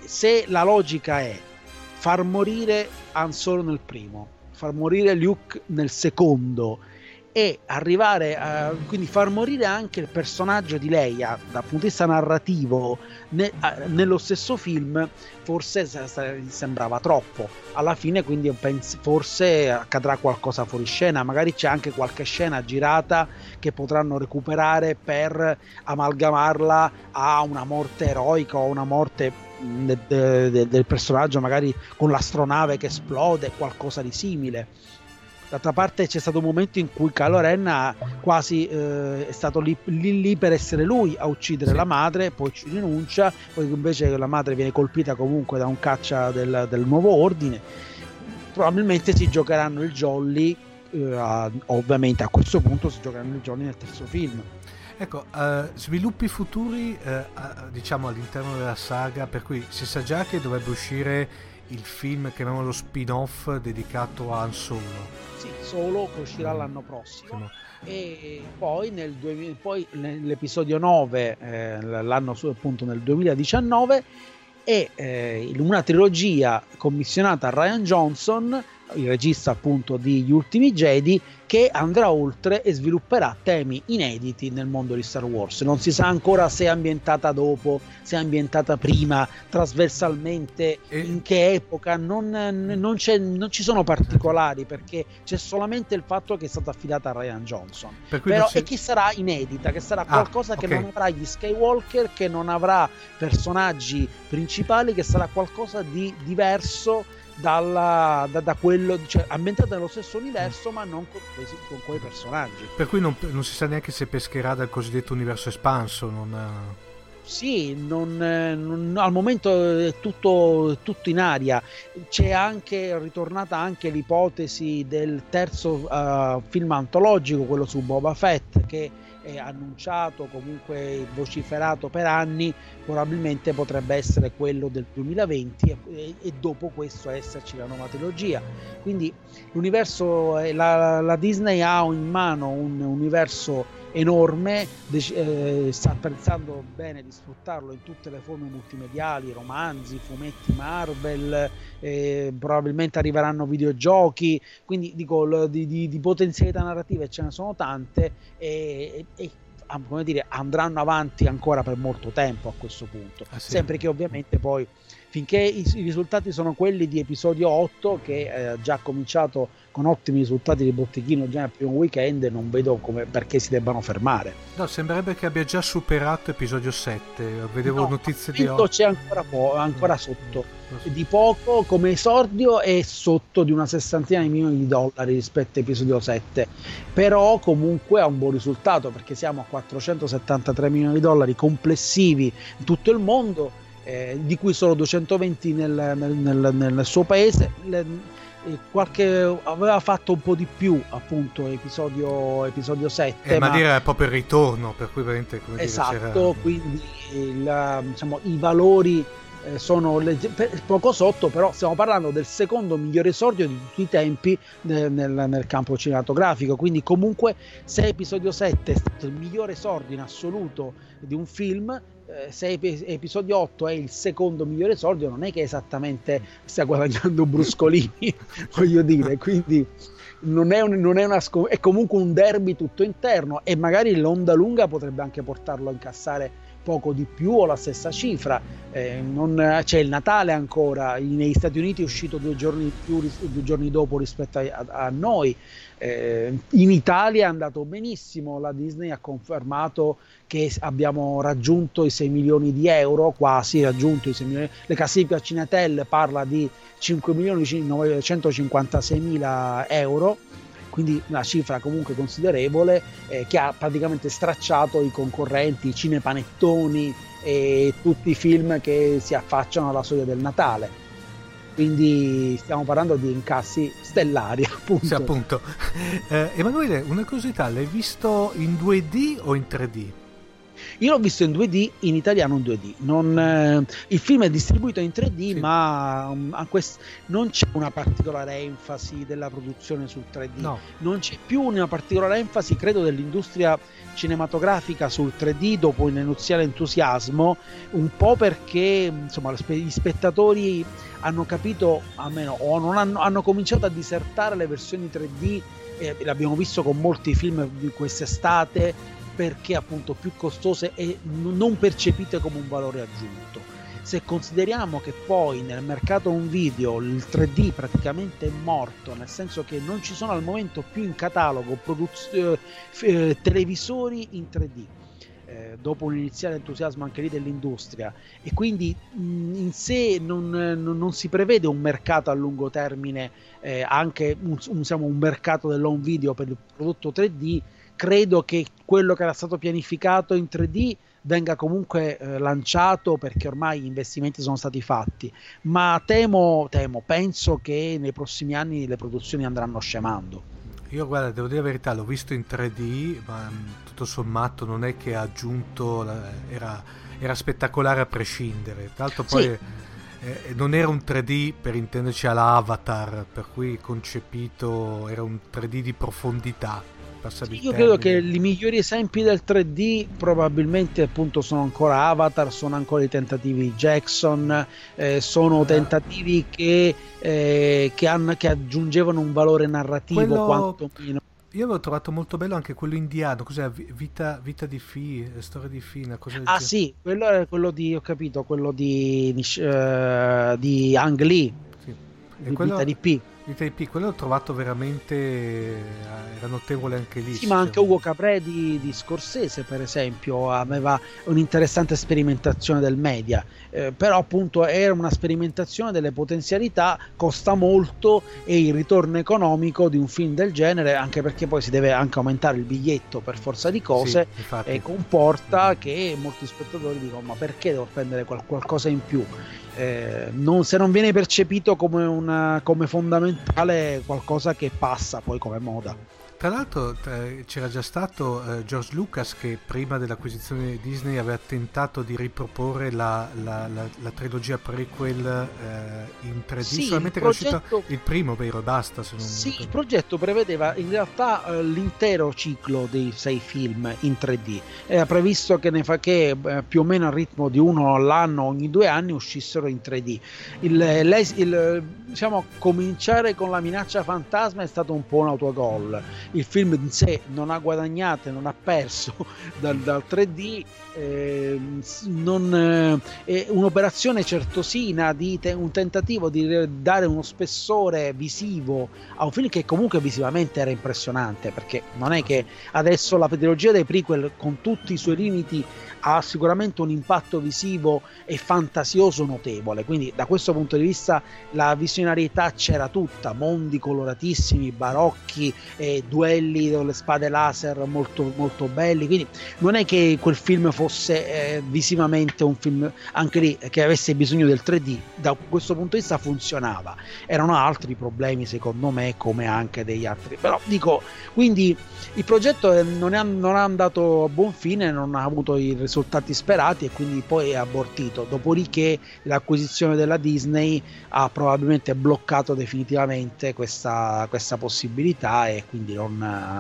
se la logica è far morire Han Solo nel primo, far morire Luke nel secondo e arrivare a quindi far morire anche il personaggio di Leia dal punto di vista narrativo ne, a, nello stesso film, forse sembrava troppo alla fine, quindi penso, forse accadrà qualcosa fuori scena, magari c'è anche qualche scena girata che potranno recuperare per amalgamarla a una morte eroica o una morte de, de, de, del personaggio magari con l'astronave che esplode, qualcosa di simile. D'altra parte c'è stato un momento in cui Kylo Ren ha quasi eh, è stato lì, lì lì per essere lui a uccidere sì. la madre, poi ci rinuncia, poi invece la madre viene colpita comunque da un caccia del, del nuovo ordine. Probabilmente si giocheranno il jolly, eh, a, ovviamente a questo punto si giocheranno il jolly nel terzo film. Ecco, uh, sviluppi futuri uh, uh, diciamo all'interno della saga, per cui si sa già che dovrebbe uscire il film, chiamiamolo lo spin-off dedicato a Han Solo. Sì, Solo che uscirà l'anno prossimo. Sì. E poi, nel duemila, poi nell'episodio nove, eh, l'anno su appunto nel duemiladiciannove, è eh, una trilogia commissionata a Rian Johnson, il regista appunto di Gli Ultimi Jedi, che andrà oltre e svilupperà temi inediti nel mondo di Star Wars. Non si sa ancora se è ambientata dopo, se è ambientata prima, trasversalmente, e... in che epoca, non, non, c'è, non ci sono particolari, perché c'è solamente il fatto che è stata affidata a Rian Johnson. Però, si... E che sarà inedita, che sarà qualcosa ah, okay. che non avrà gli Skywalker, che non avrà personaggi principali, che sarà qualcosa di diverso Dalla, da, da quello, cioè ambientato nello stesso universo ma non con, con quei personaggi, per cui non, non si sa neanche se pescherà dal cosiddetto universo espanso. Non sì, non, non, al momento è tutto, tutto in aria. C'è anche ritornata anche l'ipotesi del terzo uh, film antologico, quello su Boba Fett, che è annunciato, comunque vociferato per anni, probabilmente potrebbe essere quello del duemilaventi e, e dopo questo esserci la nuova trilogia. Quindi l'universo, la, la Disney ha in mano un universo enorme, eh, sta pensando bene di sfruttarlo in tutte le forme multimediali, romanzi, fumetti Marvel, eh, probabilmente arriveranno videogiochi, quindi dico di, di, di potenzialità narrative ce ne sono tante e, e, e come dire, andranno avanti ancora per molto tempo a questo punto, ah, sì. sempre che ovviamente poi finché i, i risultati sono quelli di episodio otto, che ha eh, già cominciato con ottimi risultati di botteghino già nel primo weekend, non vedo come, perché si debbano fermare. No, sembrerebbe che abbia già superato episodio sette, vedevo no, notizie di oggi. C'è ancora, po- ancora sotto, di poco come esordio, è sotto di una sessantina di milioni di dollari rispetto a episodio sette, però comunque ha un buon risultato, perché siamo a quattrocentosettantatré milioni di dollari complessivi in tutto il mondo, Eh, di cui solo duecentoventi nel, nel, nel, nel suo paese. Le, eh, qualche aveva fatto un po' di più appunto episodio, episodio sette, eh, ma, ma dire è proprio il ritorno, per cui veramente come esatto dire, c'era... quindi il, diciamo, i valori eh, sono le, poco sotto, però stiamo parlando del secondo migliore esordio di tutti i tempi nel, nel, nel campo cinematografico, quindi comunque se episodio sette è stato il migliore esordio in assoluto di un film, se episodio otto è il secondo migliore esordio, non è che esattamente stia guadagnando bruscolini voglio dire, quindi non è, un, non è una scom- è comunque un derby tutto interno, e magari l'onda lunga potrebbe anche portarlo a incassare poco di più o la stessa cifra. Eh, non, c'è il Natale ancora, negli Stati Uniti è uscito due giorni più, due giorni dopo rispetto a, a noi. Eh, in Italia è andato benissimo, la Disney ha confermato che abbiamo raggiunto i sei milioni di euro, quasi raggiunto i sei milioni. Le classifiche Cinetel parla di cinque milioni novecentocinquantasei mila euro, quindi una cifra comunque considerevole, eh, che ha praticamente stracciato i concorrenti, i cinepanettoni e tutti i film che si affacciano alla soglia del Natale. Quindi stiamo parlando di incassi stellari, appunto. Sì, appunto. Eh, Emanuele, una curiosità, l'hai visto in due D o in tre D? Io l'ho visto in due D, in italiano in due D. Non, eh, il film è distribuito in tre D, sì. ma um, a quest- non c'è una particolare enfasi della produzione sul tre D. No. Non c'è più una particolare enfasi, credo, dell'industria cinematografica sul tre D dopo un iniziale entusiasmo, un po' perché insomma gli spettatori hanno capito, almeno, o non hanno, hanno cominciato a disertare le versioni tre D, eh, l'abbiamo visto con molti film di quest'estate, perché appunto più costose e non percepite come un valore aggiunto. Se consideriamo che poi nel mercato un video il tre D praticamente è morto, nel senso che non ci sono al momento più in catalogo produz- eh, televisori in tre D, eh, dopo un iniziale entusiasmo anche lì dell'industria, e quindi mh, in sé non, non, non si prevede un mercato a lungo termine, eh, anche un, un, diciamo, un mercato dell'home video per il prodotto tre D. Credo che quello che era stato pianificato in tre D venga comunque eh, lanciato, perché ormai gli investimenti sono stati fatti, ma temo, temo, penso che nei prossimi anni le produzioni andranno scemando. Io guarda, devo dire la verità, l'ho visto in tre D, ma tutto sommato non è che ha aggiunto, era, era spettacolare a prescindere, tra l'altro poi... Sì. Eh, non era un tre D per intenderci alla Avatar, per cui concepito era un tre D di profondità. Sì, io credo che i migliori esempi del tre D probabilmente appunto sono ancora Avatar, sono ancora i tentativi di Jackson, eh, sono tentativi che, eh, che, hanno, che aggiungevano un valore narrativo. Quello... quantomeno. Io avevo trovato molto bello anche quello indiano, cos'è? Vita, vita di Fi, storia di Fi, una cosa del Ah genere. sì, quello è quello di, ho capito, quello di, uh, di Ang Lee, sì. di quello... Vita di P. Vita di P, quello l'ho trovato veramente, era notevole anche lì. Sì, ma anche Ugo Caprè di, di Scorsese, per esempio, aveva un'interessante sperimentazione del media, eh, però appunto era una sperimentazione delle potenzialità, costa molto, e il ritorno economico di un film del genere, anche perché poi si deve anche aumentare il biglietto per forza di cose, sì, e comporta che molti spettatori dicono: ma perché devo spendere qual- qualcosa in più? Eh, non, se non viene percepito come, una, come fondamentale, qualcosa che passa poi come moda. Tra l'altro eh, c'era già stato eh, George Lucas che prima dell'acquisizione di Disney aveva tentato di riproporre la, la, la, la trilogia prequel eh, in tre D, sì, solamente progetto... che è uscito il primo, vero, e basta. Se non sì, non... il progetto prevedeva in realtà eh, l'intero ciclo dei sei film in tre D. Era previsto che, ne fa, che eh, più o meno al ritmo di uno all'anno, ogni due anni, uscissero in tre D. Il, il, il, diciamo, cominciare con La minaccia fantasma è stato un po' un autogol. Il film in sé non ha guadagnato, non ha perso dal, dal tre D, eh, non, eh, è un'operazione certosina, di te, un tentativo di dare uno spessore visivo a un film che comunque visivamente era impressionante, perché non è che adesso la trilogia dei prequel, con tutti i suoi limiti, ha sicuramente un impatto visivo e fantasioso notevole, quindi da questo punto di vista la visionarietà c'era tutta, mondi coloratissimi, barocchi, eh, duelli con le spade laser molto, molto belli, quindi non è che quel film fosse eh, visivamente un film anche lì che avesse bisogno del tre D, da questo punto di vista funzionava. Erano altri problemi secondo me, come anche degli altri, però dico, quindi il progetto non è, non è andato a buon fine, non ha avuto i risultati sperati e quindi poi è abortito. Dopodiché l'acquisizione della Disney ha probabilmente bloccato definitivamente questa, questa possibilità, e quindi non,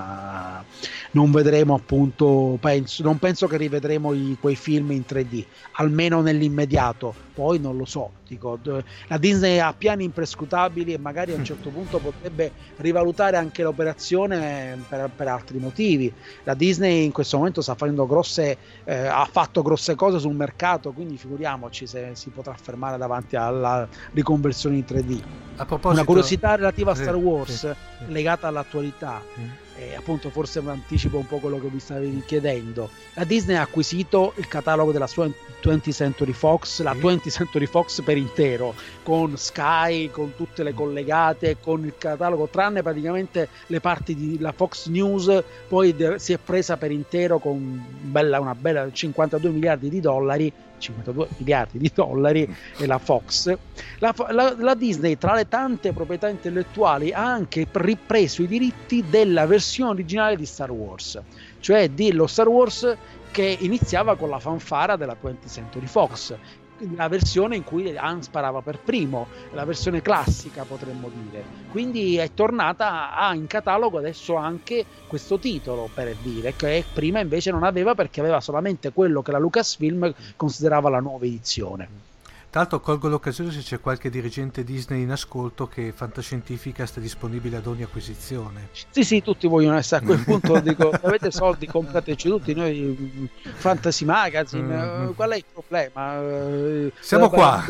non vedremo appunto, penso, non penso che rivedremo i, quei film in tre D, almeno nell'immediato. Poi non lo so, dico, la Disney ha piani imprescrutabili e magari a un certo punto potrebbe rivalutare anche l'operazione per, per altri motivi. La Disney in questo momento sta facendo grosse eh, ha fatto grosse cose sul mercato, quindi figuriamoci se si potrà fermare davanti alla riconversione in tre D. A proposito... Una curiosità relativa a Star sì, Wars sì, sì. legata all'attualità, mm. e appunto forse anticipo un po' quello che vi stavi chiedendo. La Disney ha acquisito il catalogo della sua twentieth Century Fox, la sì. twentieth Century Fox per intero, con Sky, con tutte le collegate, con il catalogo, tranne praticamente le parti di la Fox News. Poi de- si è presa per intero con bella, una bella cinquantadue miliardi di dollari cinquantadue miliardi di dollari e la Fox. La, la, la Disney, tra le tante proprietà intellettuali, ha anche ripreso i diritti della versione originale di Star Wars, cioè dello Star Wars che iniziava con la fanfara della twentieth Century Fox, la versione in cui Han sparava per primo, la versione classica potremmo dire. Quindi è tornata a in catalogo adesso anche questo titolo, per dire, che prima invece non aveva, perché aveva solamente quello che la Lucasfilm considerava la nuova edizione. Tra l'altro colgo l'occasione, se c'è qualche dirigente Disney in ascolto, che Fantascientificast è disponibile ad ogni acquisizione. Sì, sì, tutti vogliono essere a quel punto, dico, avete soldi, comprateci tutti, noi Fantasy Magazine, mm-hmm. Qual è il problema? Siamo eh, qua!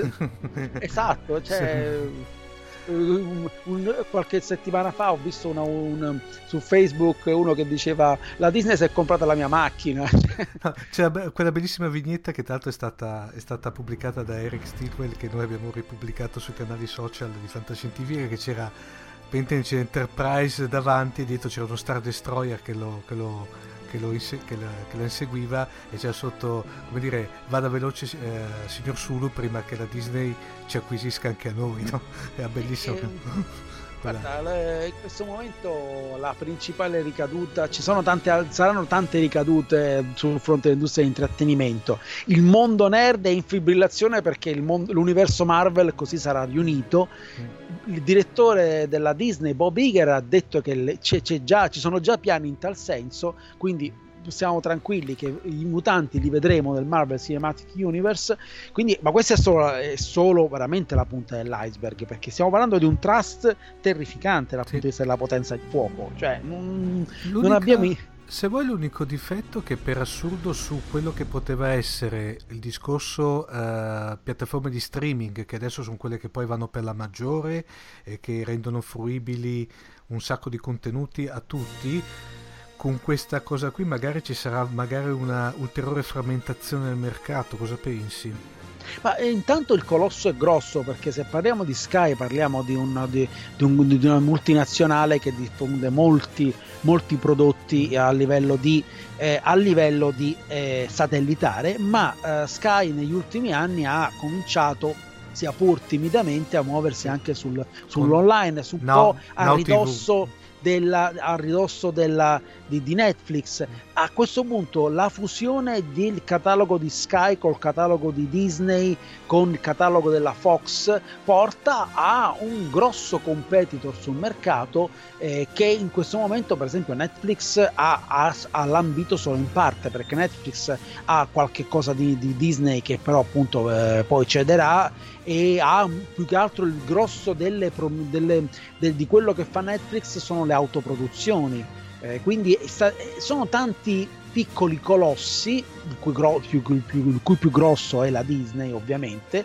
Esatto, cioè... Sì. Un, un, qualche settimana fa ho visto una, un, su Facebook uno che diceva: la Disney si è comprata la mia macchina. C'è quella bellissima vignetta che tra l'altro è stata, è stata pubblicata da Eric Stillwell, che noi abbiamo ripubblicato sui canali social di Fantascientifica, che c'era c'era Enterprise davanti e dietro c'era uno Star Destroyer che lo, che lo Che lo, che, la, che la inseguiva, e c'era sotto, come dire, vada veloce eh, signor Sulu prima che la Disney ci acquisisca anche a noi, no? Era bellissimo. E, guarda, le, in questo momento la principale ricaduta, ci sono tante, saranno tante ricadute sul fronte dell'industria dell'intrattenimento. Il mondo nerd è in fibrillazione perché il mondo, l'universo Marvel così sarà riunito. Mm. Il direttore della Disney, Bob Iger, ha detto che le, c'è, c'è già, ci sono già piani in tal senso, quindi siamo tranquilli che i mutanti li vedremo nel Marvel Cinematic Universe. Quindi, ma questa è solo, è solo veramente la punta dell'iceberg, perché stiamo parlando di un trust terrificante dal punto di vista della potenza di fuoco. Cioè, non, non abbiamo... Se vuoi, l'unico difetto che per assurdo su quello che poteva essere il discorso uh, piattaforme di streaming, che adesso sono quelle che poi vanno per la maggiore e che rendono fruibili un sacco di contenuti a tutti, con questa cosa qui magari ci sarà magari una ulteriore frammentazione del mercato. Cosa pensi? Ma eh, intanto il colosso è grosso, perché se parliamo di Sky parliamo di, un, di, di, un, di una multinazionale che diffonde molti, molti prodotti a livello di, eh, a livello di eh, satellitare, ma eh, Sky negli ultimi anni ha cominciato, sia pur timidamente, a muoversi anche sul, sull'online, su un no, po' a ridosso della, a ridosso della, di, di Netflix. A questo punto la fusione del catalogo di Sky col catalogo di Disney con il catalogo della Fox porta a un grosso competitor sul mercato, eh, che in questo momento per esempio Netflix ha, ha, ha lambito solo in parte, perché Netflix ha qualche cosa di, di Disney che però appunto eh, poi cederà, e ha più che altro il grosso delle, delle, de, di quello che fa Netflix sono le autoproduzioni. Eh, quindi sta, sono tanti piccoli colossi, il cui, gro, più, più, il cui più grosso è la Disney ovviamente,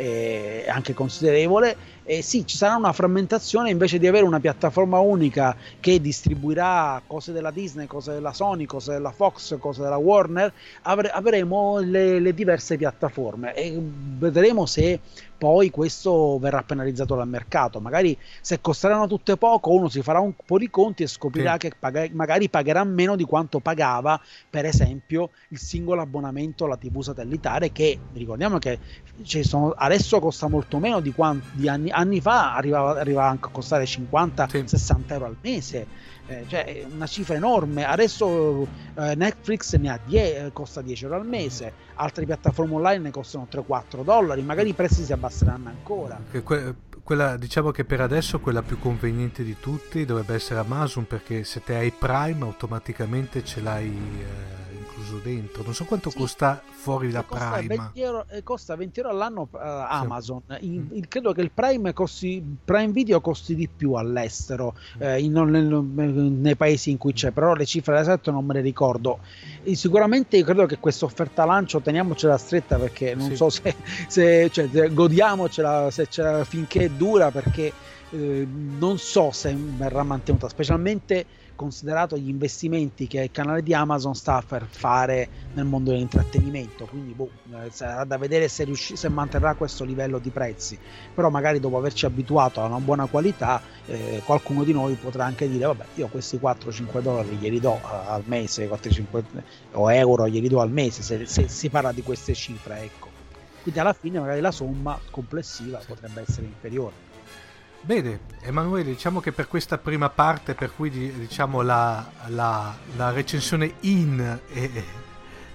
eh, anche considerevole. Eh, sì, ci sarà una frammentazione, invece di avere una piattaforma unica che distribuirà cose della Disney, cose della Sony, cose della Fox, cose della Warner, avre, avremo le, le diverse piattaforme, e vedremo se poi questo verrà penalizzato dal mercato. Magari se costeranno tutte poco, uno si farà un po' di conti e scoprirà sì. che paga, magari pagherà meno di quanto pagava per esempio il singolo abbonamento alla tivù satellitare, che ricordiamo che ci sono, adesso costa molto meno di quanti di anni, anni fa arrivava, arrivava anche a costare cinquanta sessanta euro al mese, eh, cioè una cifra enorme. Adesso eh, Netflix ne ha dieci, costa dieci euro al mese, altre piattaforme online ne costano tre quattro dollari, magari i prezzi si abbasseranno ancora. Que- quella, diciamo che per adesso quella più conveniente di tutti dovrebbe essere Amazon, perché se te hai Prime automaticamente ce l'hai eh, incluso dentro. Non so quanto sì. costa fuori da costa Prime. venti euro, costa venti euro all'anno uh, Amazon. Sì. In, in, credo che il Prime costi, Prime Video costi di più all'estero, mm. eh, in, in, nei paesi in cui c'è, però le cifre esatto non me le ricordo. E sicuramente io credo che questa offerta lancio teniamocela stretta, perché non sì. so se, se, cioè, se godiamocela se c'è finché dura, perché eh, non so se verrà mantenuta, specialmente considerato gli investimenti che il canale di Amazon sta per fare nel mondo dell'intrattenimento. Quindi boh, sarà da vedere se, riusci- se manterrà questo livello di prezzi, però magari dopo averci abituato a una buona qualità, eh, qualcuno di noi potrà anche dire vabbè, io questi quattro cinque dollari glieli do al mese, quattro cinque o euro glieli do al mese, se, se si parla di queste cifre, ecco. Quindi alla fine magari la somma complessiva potrebbe essere inferiore. Bene, Emanuele, diciamo che per questa prima parte, per cui diciamo la, la, la recensione in è,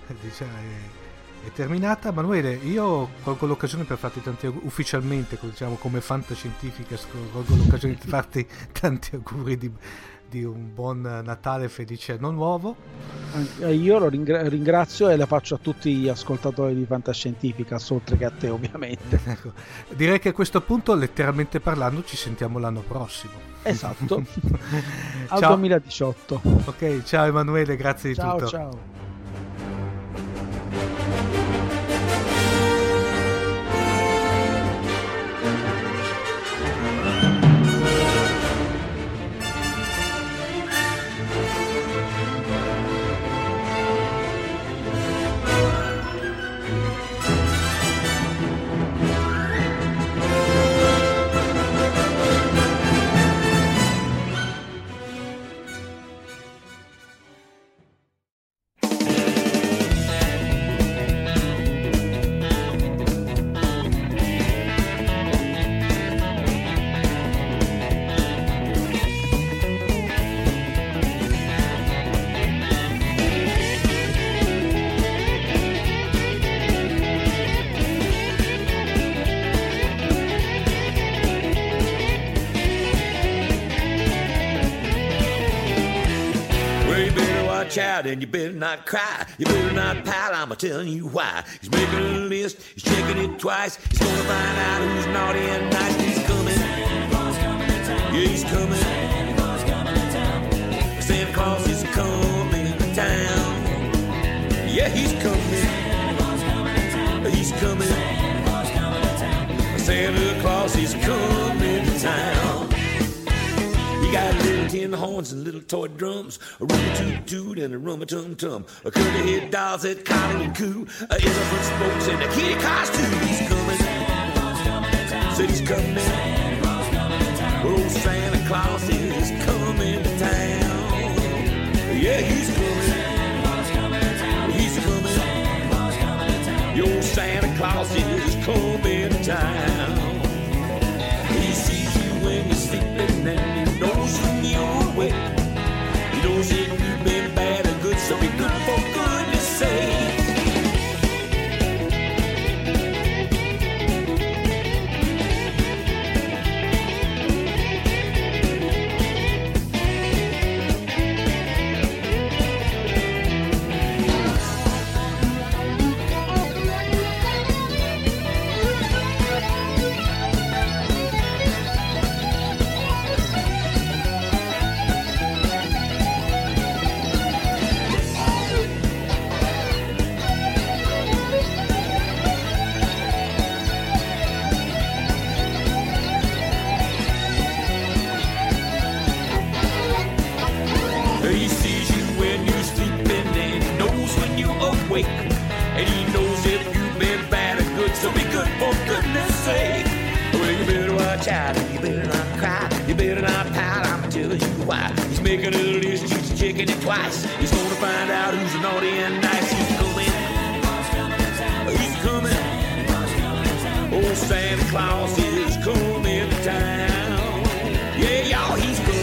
dice, è, è terminata. Manuele, io colgo l'occasione per farti tanti auguri, ufficialmente, diciamo, come fantascientifica, colgo l'occasione di farti tanti auguri di, di un buon Natale felice anno nuovo. Io lo ringra- ringrazio e le faccio a tutti gli ascoltatori di Fantascientifica, oltre che a te ovviamente. Ecco. Direi che a questo punto, letteralmente parlando, ci sentiamo l'anno prossimo. Esatto. Al duemiladiciotto. Ok, ciao Emanuele, grazie di ciao, tutto. Ciao. Out and you better not cry, you better not pout, I'm telling you why. He's making a list, he's checking it twice, he's gonna find out who's naughty and nice. He's coming, Santa Claus coming to town. Yeah, he's coming, Santa Claus coming to town. Santa Claus is coming to town. Yeah, he's coming, Santa Claus coming to town. He's coming, Santa Claus coming to town. Santa Claus is coming to town. He got little tin horns and little toy drums, a rum-a-toot-toot and a rum-a-tum-tum, a curly-head dolls that collie and coo, a elephant spokes and a kitty cars too. He's coming, said he's coming, old Santa Claus is coming to town. Yeah, he's coming, he's coming, your Santa Claus is coming to town. He sees you when you're sleeping and he knows when you're awake. He knows if you've been bad or good, so be good for goodness sake. He sees you when you're sleeping and he knows when you're awake. And he knows if you've been bad or good, so be good for goodness sake. Well, you better watch out and you better not cry. You better not pout, I'm telling you why. He's making a list, he's checking it twice. He's gonna find out who's naughty and nice. He's coming, he's coming. Old Santa Claus is coming to town. Yeah, y'all, he's coming.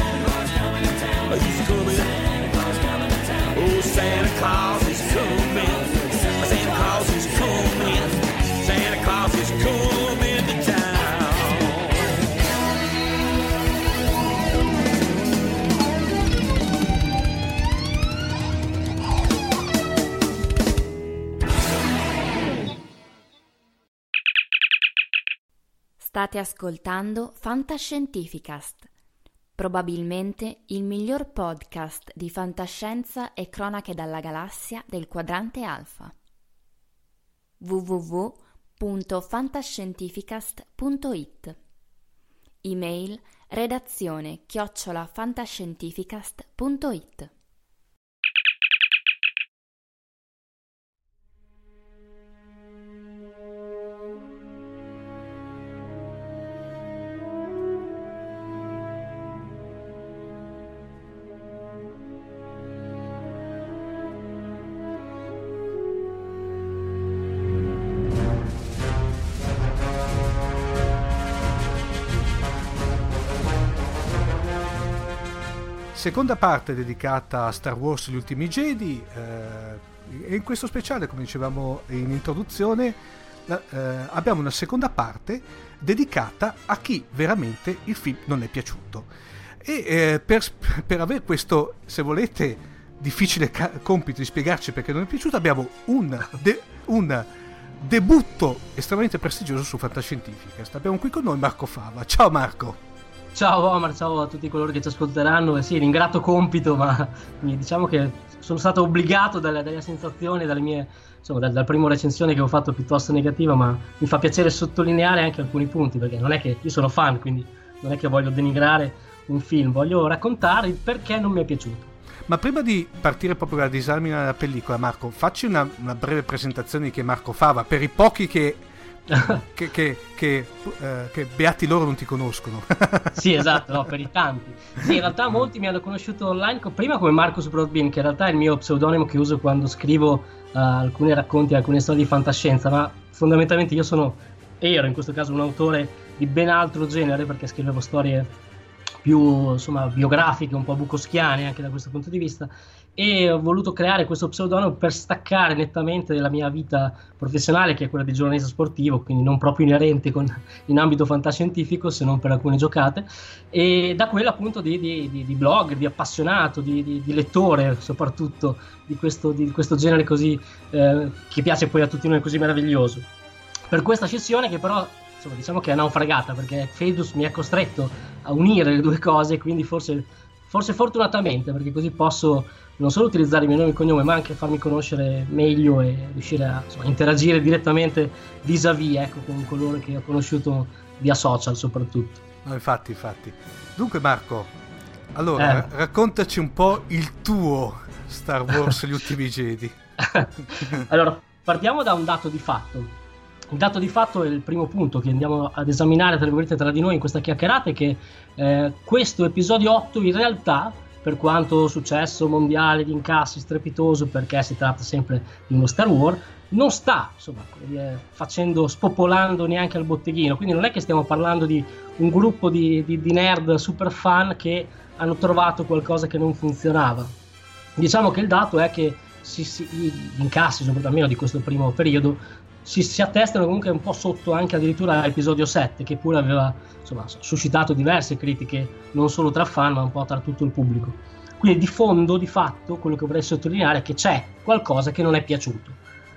He's coming, oh Santa Claus is coming, Santa Claus is coming, Santa Claus is coming to town. State ascoltando Fantascientificast, probabilmente il miglior podcast di fantascienza e cronache dalla galassia del quadrante alfa. w w w punto fantascientificast punto i t. Email redazione chiocciola fantascientificast punto i t. Seconda parte dedicata a Star Wars Gli Ultimi Jedi. eh, E in questo speciale, come dicevamo in introduzione, la, eh, abbiamo una seconda parte dedicata a chi veramente il film non è piaciuto. E eh, per, per avere questo, se volete, difficile ca- compito di spiegarci perché non è piaciuto, abbiamo un, de- un debutto estremamente prestigioso su Fantascientificast. Abbiamo qui con noi Marco Fava. Ciao Marco. Ciao Omar, ciao a tutti coloro che ci ascolteranno. Eh sì, l'ingrato compito, ma diciamo che sono stato obbligato dalle, dalle sensazioni, dalle mie, insomma, dal, dal primo recensione che ho fatto piuttosto negativa, ma mi fa piacere sottolineare anche alcuni punti, perché non è che io sono fan, quindi non è che voglio denigrare un film, voglio raccontare il perché non mi è piaciuto. Ma prima di partire proprio dalla disamina della pellicola, Marco, facci una, una breve presentazione di chi è Marco Fava, per i pochi che che, che, che, eh, che beati loro non ti conoscono. Sì, esatto, no, per i tanti. Sì, in realtà molti mi hanno conosciuto online co- prima come Marcus Broadbean, che in realtà è il mio pseudonimo che uso quando scrivo uh, alcuni racconti, alcune storie di fantascienza, ma fondamentalmente io sono, ero in questo caso un autore di ben altro genere, perché scrivevo storie più, insomma, biografiche, un po' bukowskiane anche da questo punto di vista, e ho voluto creare questo pseudonimo per staccare nettamente dalla mia vita professionale, che è quella di giornalista sportivo, quindi non proprio inerente con, in ambito fantascientifico, se non per alcune giocate, e da quella appunto di, di, di, di blog, di appassionato, di, di, di lettore soprattutto di questo, di questo genere così eh, che piace poi a tutti noi, così meraviglioso. Per questa scissione che però, insomma, diciamo che è naufragata, perché Fedus mi ha costretto a unire le due cose, quindi forse, forse fortunatamente, perché così posso non solo utilizzare il mio nome e cognome, ma anche farmi conoscere meglio e riuscire a, insomma, interagire direttamente vis-à-vis, ecco, con coloro che ho conosciuto via social soprattutto. No, infatti, infatti. Dunque Marco, allora eh. raccontaci un po' il tuo Star Wars Gli Ultimi Jedi. Allora, partiamo da un dato di fatto. Il dato di fatto è il primo punto che andiamo ad esaminare, tra virgolette, tra di noi in questa chiacchierata, è che eh, questo episodio otto in realtà, per quanto successo mondiale di incassi strepitoso, perché si tratta sempre di uno Star Wars, non sta, insomma, facendo, spopolando neanche al botteghino, quindi non è che stiamo parlando di un gruppo di, di, di nerd super fan che hanno trovato qualcosa che non funzionava. Diciamo che il dato è che si, si, gli incassi, soprattutto almeno di questo primo periodo, si, si attestano comunque un po' sotto anche addirittura l'episodio sette, che pure aveva, insomma, suscitato diverse critiche non solo tra fan ma un po' tra tutto il pubblico. Quindi di fondo, di fatto, quello che vorrei sottolineare è che c'è qualcosa che non è piaciuto,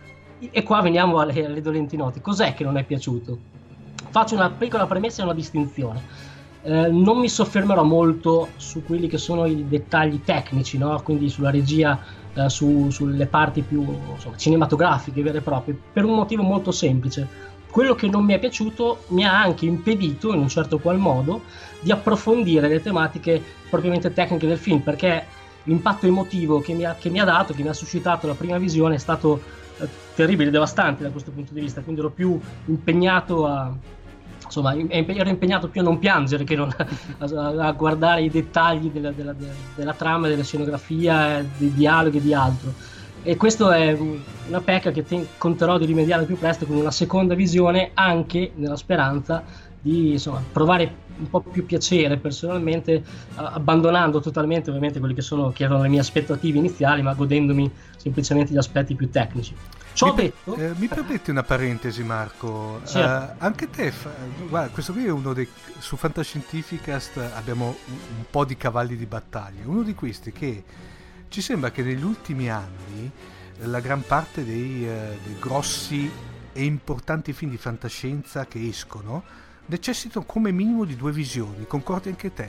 e qua veniamo alle, alle dolenti note. Cos'è che non è piaciuto? Faccio una piccola premessa e una distinzione. Eh, non mi soffermerò molto su quelli che sono i dettagli tecnici, no? Quindi sulla regia, eh, su, sulle parti più, insomma, cinematografiche vere e proprie, per un motivo molto semplice. Quello che non mi è piaciuto mi ha anche impedito, in un certo qual modo, di approfondire le tematiche propriamente tecniche del film, perché l'impatto emotivo che mi ha, che mi ha dato, che mi ha suscitato la prima visione, è stato eh, terribile, devastante da questo punto di vista. Quindi ero più impegnato a... insomma, ero impegnato più a non piangere che non a, a guardare i dettagli della, della, della, della trama, della scenografia, dei dialoghi e di altro. E questo è una pecca che te- conterò di rimediare più presto con una seconda visione, anche nella speranza di, insomma, provare un po' più piacere personalmente, abbandonando totalmente ovviamente quelli che sono che erano le mie aspettative iniziali, ma godendomi semplicemente gli aspetti più tecnici. Ciò mi, detto, eh, mi permetti una parentesi, Marco? Certo. Uh, anche te, fa, guarda, questo qui è uno dei, su Fantascientificast abbiamo un, un po' di cavalli di battaglia. Uno di questi che ci sembra che negli ultimi anni la gran parte dei, eh, dei grossi e importanti film di fantascienza che escono necessitano come minimo di due visioni. Concordi anche te?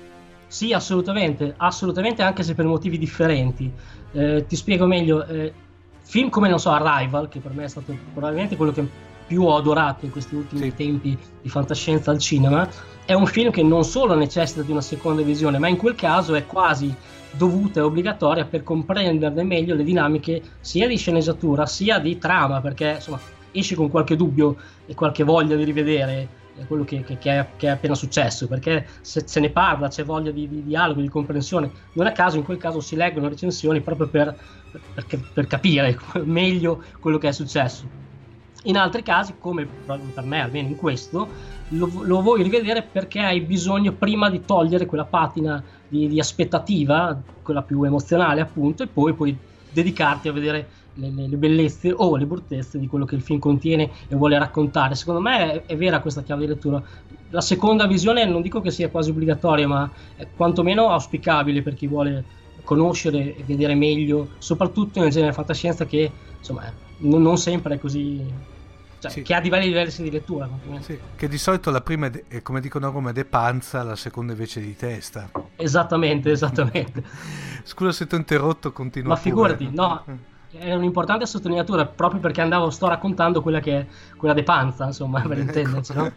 Sì, assolutamente, assolutamente, anche se per motivi differenti. Eh, ti spiego meglio. Eh, film come, non so, Arrival, che per me è stato probabilmente quello che più ho adorato in questi ultimi sì. tempi di fantascienza al cinema, è un film che non solo necessita di una seconda visione, ma in quel caso è quasi dovuta e obbligatoria per comprenderne meglio le dinamiche sia di sceneggiatura sia di trama, perché insomma esci con qualche dubbio e qualche voglia di rivedere quello che, che, che, è, che è appena successo, perché se se ne parla, c'è voglia di, di dialogo, di comprensione. Non a caso in quel caso si leggono recensioni proprio per, per, per capire meglio quello che è successo. In altri casi, come per me, almeno in questo, lo, lo vuoi rivedere perché hai bisogno prima di togliere quella patina di, di aspettativa, quella più emozionale appunto, e poi puoi dedicarti a vedere le, le, le bellezze o le bruttezze di quello che il film contiene e vuole raccontare. Secondo me è, è vera questa chiave di lettura. La seconda visione non dico che sia quasi obbligatoria, ma è quantomeno auspicabile per chi vuole conoscere e vedere meglio, soprattutto nel genere fantascienza, che insomma non, non sempre è così, cioè, sì. che ha livelli diversi di lettura. Sì, che di solito la prima è, è, come dicono a Roma, è de panza, la seconda invece di testa. Esattamente, esattamente. Scusa se ti ho interrotto, continua. Ma figurati, pure. No, è un'importante sottolineatura proprio perché andavo, sto raccontando quella che è quella de panza, insomma, per intenderci, no?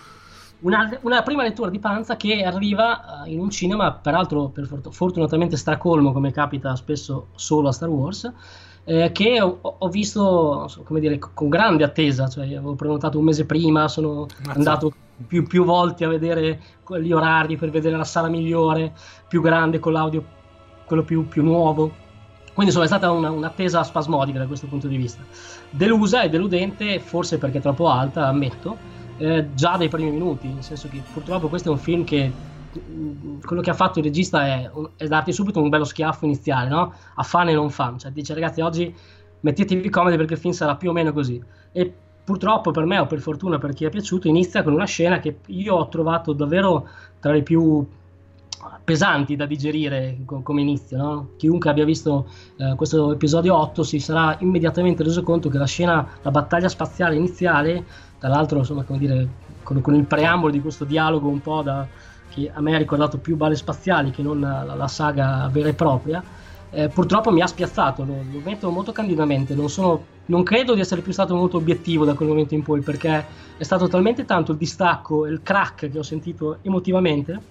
Una, una prima lettura di panza che arriva in un cinema, peraltro per fortunatamente stracolmo, come capita spesso solo a Star Wars, eh, che ho, ho visto, come dire, con grande attesa, cioè avevo prenotato un mese prima, sono Mazza. andato più, più volte a vedere gli orari per vedere la sala migliore, più grande, con l'audio quello più, più nuovo. Quindi insomma è stata una, un'attesa spasmodica da questo punto di vista. Delusa e deludente, forse perché troppo alta, ammetto, Eh, già dai primi minuti, nel senso che purtroppo questo è un film che mh, quello che ha fatto il regista è, è darti subito un bello schiaffo iniziale, no? A fan e non fan, cioè dice ragazzi oggi mettetevi comodi perché il film sarà più o meno così, e purtroppo per me o per fortuna per chi è piaciuto inizia con una scena che io ho trovato davvero tra le più pesanti da digerire co- come inizio, no? Chiunque abbia visto eh, questo episodio otto si sarà immediatamente reso conto che la scena, la battaglia spaziale iniziale, tra l'altro insomma come dire con, con il preambolo di questo dialogo un po' da, che a me ha ricordato più Balle Spaziali che non la, la saga vera e propria, eh, purtroppo mi ha spiazzato, lo, lo metto molto candidamente, non, sono, non credo di essere più stato molto obiettivo da quel momento in poi, perché è stato talmente tanto il distacco e il crack che ho sentito emotivamente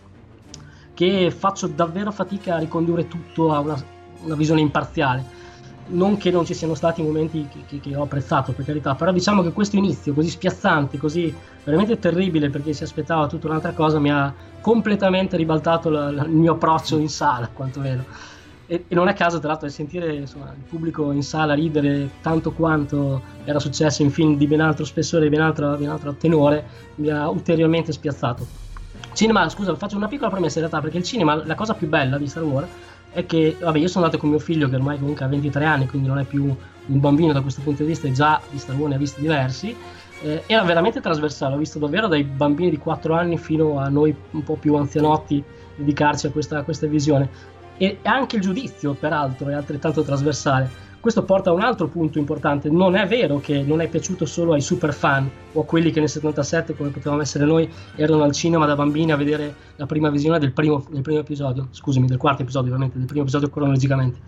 che faccio davvero fatica a ricondurre tutto a una, una visione imparziale. Non che non ci siano stati momenti che, che, che ho apprezzato, per carità, però diciamo che questo inizio così spiazzante, così veramente terribile perché si aspettava tutta un'altra cosa, mi ha completamente ribaltato la, la, il mio approccio in sala, quantomeno. E, e non a caso, tra l'altro, sentire insomma, il pubblico in sala ridere tanto quanto era successo in film di ben altro spessore e ben altro, ben altro tenore, mi ha ulteriormente spiazzato. Cinema, scusa, faccio una piccola premessa in realtà, perché il cinema, la cosa più bella di Star Wars è che, vabbè, io sono andato con mio figlio che ormai comunque ha ventitré anni, quindi non è più un bambino da questo punto di vista, e già di Star Wars ne ha visti diversi, eh, era veramente trasversale, ho visto davvero dai bambini di quattro anni fino a noi un po' più anzianotti dedicarci a questa, a questa visione, e anche il giudizio peraltro è altrettanto trasversale. Questo porta a un altro punto importante: non è vero che non è piaciuto solo ai super fan o a quelli che nel settantasette, come potevamo essere noi, erano al cinema da bambini a vedere la prima visione del primo, del primo episodio, scusami, del quarto episodio ovviamente, del primo episodio cronologicamente,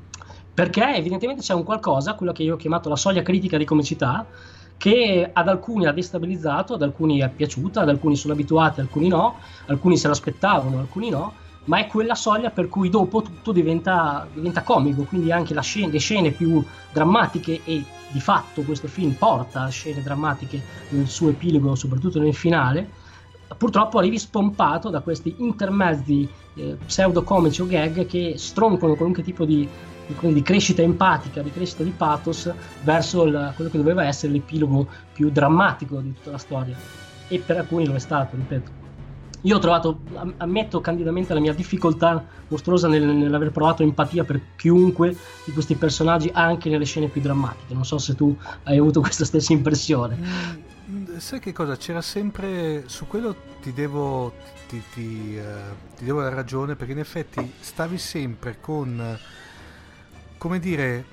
perché evidentemente c'è un qualcosa, quello che io ho chiamato la soglia critica di comicità, che ad alcuni ha destabilizzato, ad alcuni è piaciuta, ad alcuni sono abituati, alcuni no, alcuni se l'aspettavano, alcuni no, ma è quella soglia per cui dopo tutto diventa, diventa comico, quindi anche la scena, le scene più drammatiche, e di fatto questo film porta a scene drammatiche nel suo epilogo, soprattutto nel finale, purtroppo arrivi spompato da questi intermezzi eh, pseudo-comici o gag che stroncano qualunque tipo di, di, di crescita empatica, di crescita di pathos verso il, quello che doveva essere l'epilogo più drammatico di tutta la storia, e per alcuni lo è stato, ripeto. Io ho trovato, ammetto candidamente la mia difficoltà mostruosa nel, nell'aver provato empatia per chiunque di questi personaggi, anche nelle scene più drammatiche. Non so se tu hai avuto questa stessa impressione. Mm, sai che cosa? C'era sempre, su quello ti devo, ti, ti, uh, ti devo dare ragione, perché in effetti stavi sempre con, come dire,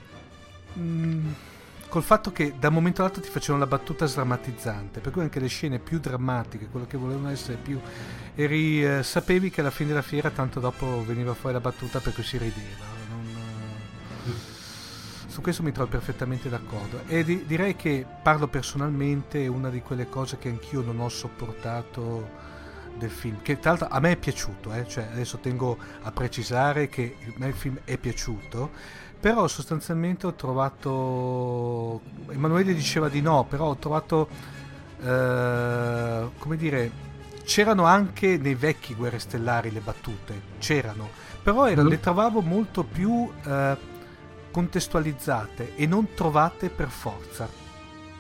mh, col fatto che da un momento all'altro ti facevano la battuta sdrammatizzante, per cui anche le scene più drammatiche, quello che volevano essere più, eri, eh, sapevi che alla fine della fiera tanto dopo veniva fuori la battuta, per cui si rideva. Non, eh, su questo mi trovo perfettamente d'accordo, e di, direi che, parlo personalmente, è una di quelle cose che anch'io non ho sopportato del film, che tra l'altro a me è piaciuto, eh? Cioè, adesso tengo a precisare che a me il film è piaciuto, però sostanzialmente ho trovato, Emanuele diceva di no, però ho trovato eh, come dire, c'erano anche nei vecchi Guerre Stellari le battute, c'erano, però erano, le trovavo molto più eh, contestualizzate e non trovate per forza.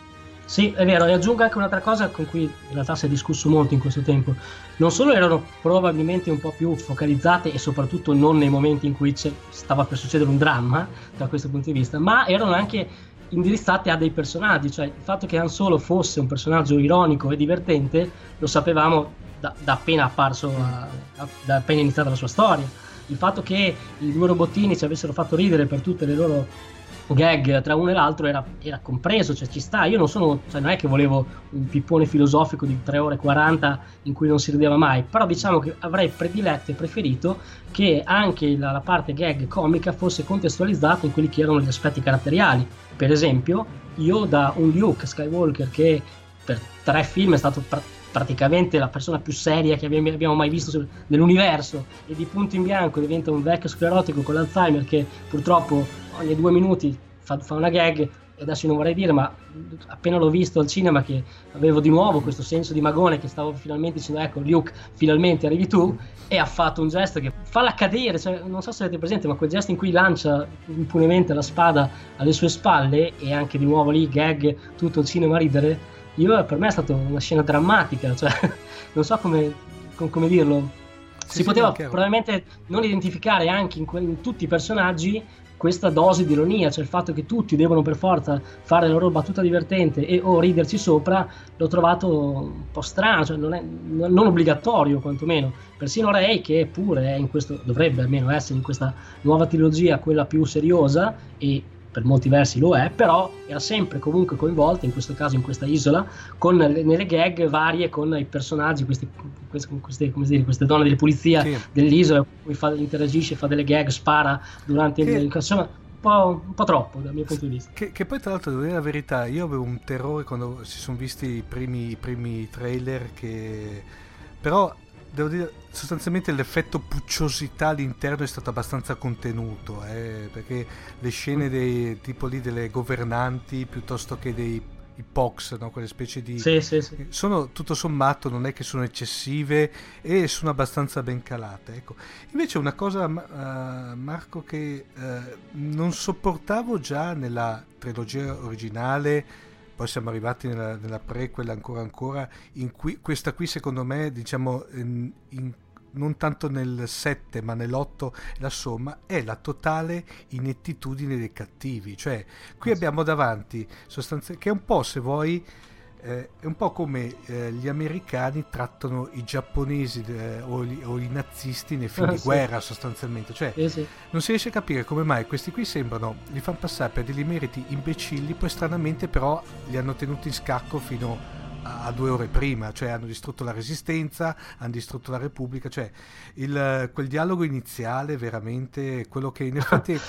Sì, è vero, e aggiungo anche un'altra cosa con cui in realtà si è discusso molto in questo tempo. Non solo erano probabilmente un po' più focalizzate e soprattutto non nei momenti in cui stava per succedere un dramma, da questo punto di vista, ma erano anche indirizzate a dei personaggi, cioè il fatto che Han Solo fosse un personaggio ironico e divertente lo sapevamo da, da appena apparso, a, a, da appena iniziata la sua storia. Il fatto che i due robottini ci avessero fatto ridere per tutte le loro gag tra uno e l'altro era, era compreso, cioè ci sta. Io non sono, cioè non è che volevo un pippone filosofico di tre ore e quaranta in cui non si rideva mai, però diciamo che avrei prediletto e preferito che anche la, la parte gag comica fosse contestualizzata in quelli che erano gli aspetti caratteriali. Per esempio, io da un Luke Skywalker che per tre film è stato pr- praticamente la persona più seria che abbiamo, abbiamo mai visto sul, nell'universo, e di punto in bianco diventa un vecchio sclerotico con l'Alzheimer che purtroppo ogni due minuti fa, fa una gag, e adesso non vorrei dire, ma appena l'ho visto al cinema che avevo di nuovo questo senso di magone, che stavo finalmente dicendo ecco Luke, finalmente arrivi tu, e ha fatto un gesto che falla cadere, cioè, non so se avete presente, ma quel gesto in cui lancia impunemente la spada alle sue spalle, e anche di nuovo lì gag, tutto il cinema a ridere. Io, per me è stata una scena drammatica, cioè non so come, com- come dirlo. Sì, si sì, poteva probabilmente non identificare anche in, que- in tutti i personaggi questa dose di ironia, cioè il fatto che tutti devono per forza fare la loro battuta divertente e o riderci sopra, l'ho trovato un po' strano, cioè non, è, non obbligatorio quantomeno. Persino Rey, che pure è in questo, dovrebbe almeno essere in questa nuova trilogia quella più seriosa, e per molti versi lo è, però era sempre comunque coinvolta, in questo caso in questa isola, con nelle gag varie con i personaggi, questi, queste, come si dice, queste donne di polizia sì. dell'isola, cui fa, interagisce, fa delle gag, spara durante che, il insomma un po', un po' troppo dal mio punto di vista. Che, che poi tra l'altro, devo dire la verità, io avevo un terrore quando si sono visti i primi, i primi trailer, che però devo dire sostanzialmente l'effetto pucciosità all'interno è stato abbastanza contenuto, eh, perché le scene dei tipo lì delle governanti piuttosto che dei i P O X, no? Quelle specie di sì, sì, sì. sono tutto sommato, non è che sono eccessive e sono abbastanza ben calate, ecco. Invece una cosa, uh, Marco, che uh, non sopportavo già nella trilogia originale, poi siamo arrivati nella, nella prequel ancora ancora, in cui questa qui secondo me, diciamo, in, in, non tanto nel sette ma nell'otto, la somma è la totale inettitudine dei cattivi. Cioè qui abbiamo davanti sostanze che è un po', se vuoi, eh, è un po' come eh, gli americani trattano i giapponesi eh, o, gli, o i nazisti nei film ah, di sì. guerra, sostanzialmente. Cioè sì, sì. non si riesce a capire come mai questi qui sembrano, li fanno passare per degli meriti imbecilli, poi stranamente però li hanno tenuti in scacco fino a, a due ore prima. Cioè hanno distrutto la Resistenza, hanno distrutto la Repubblica, cioè il, quel dialogo iniziale veramente, quello che in effetti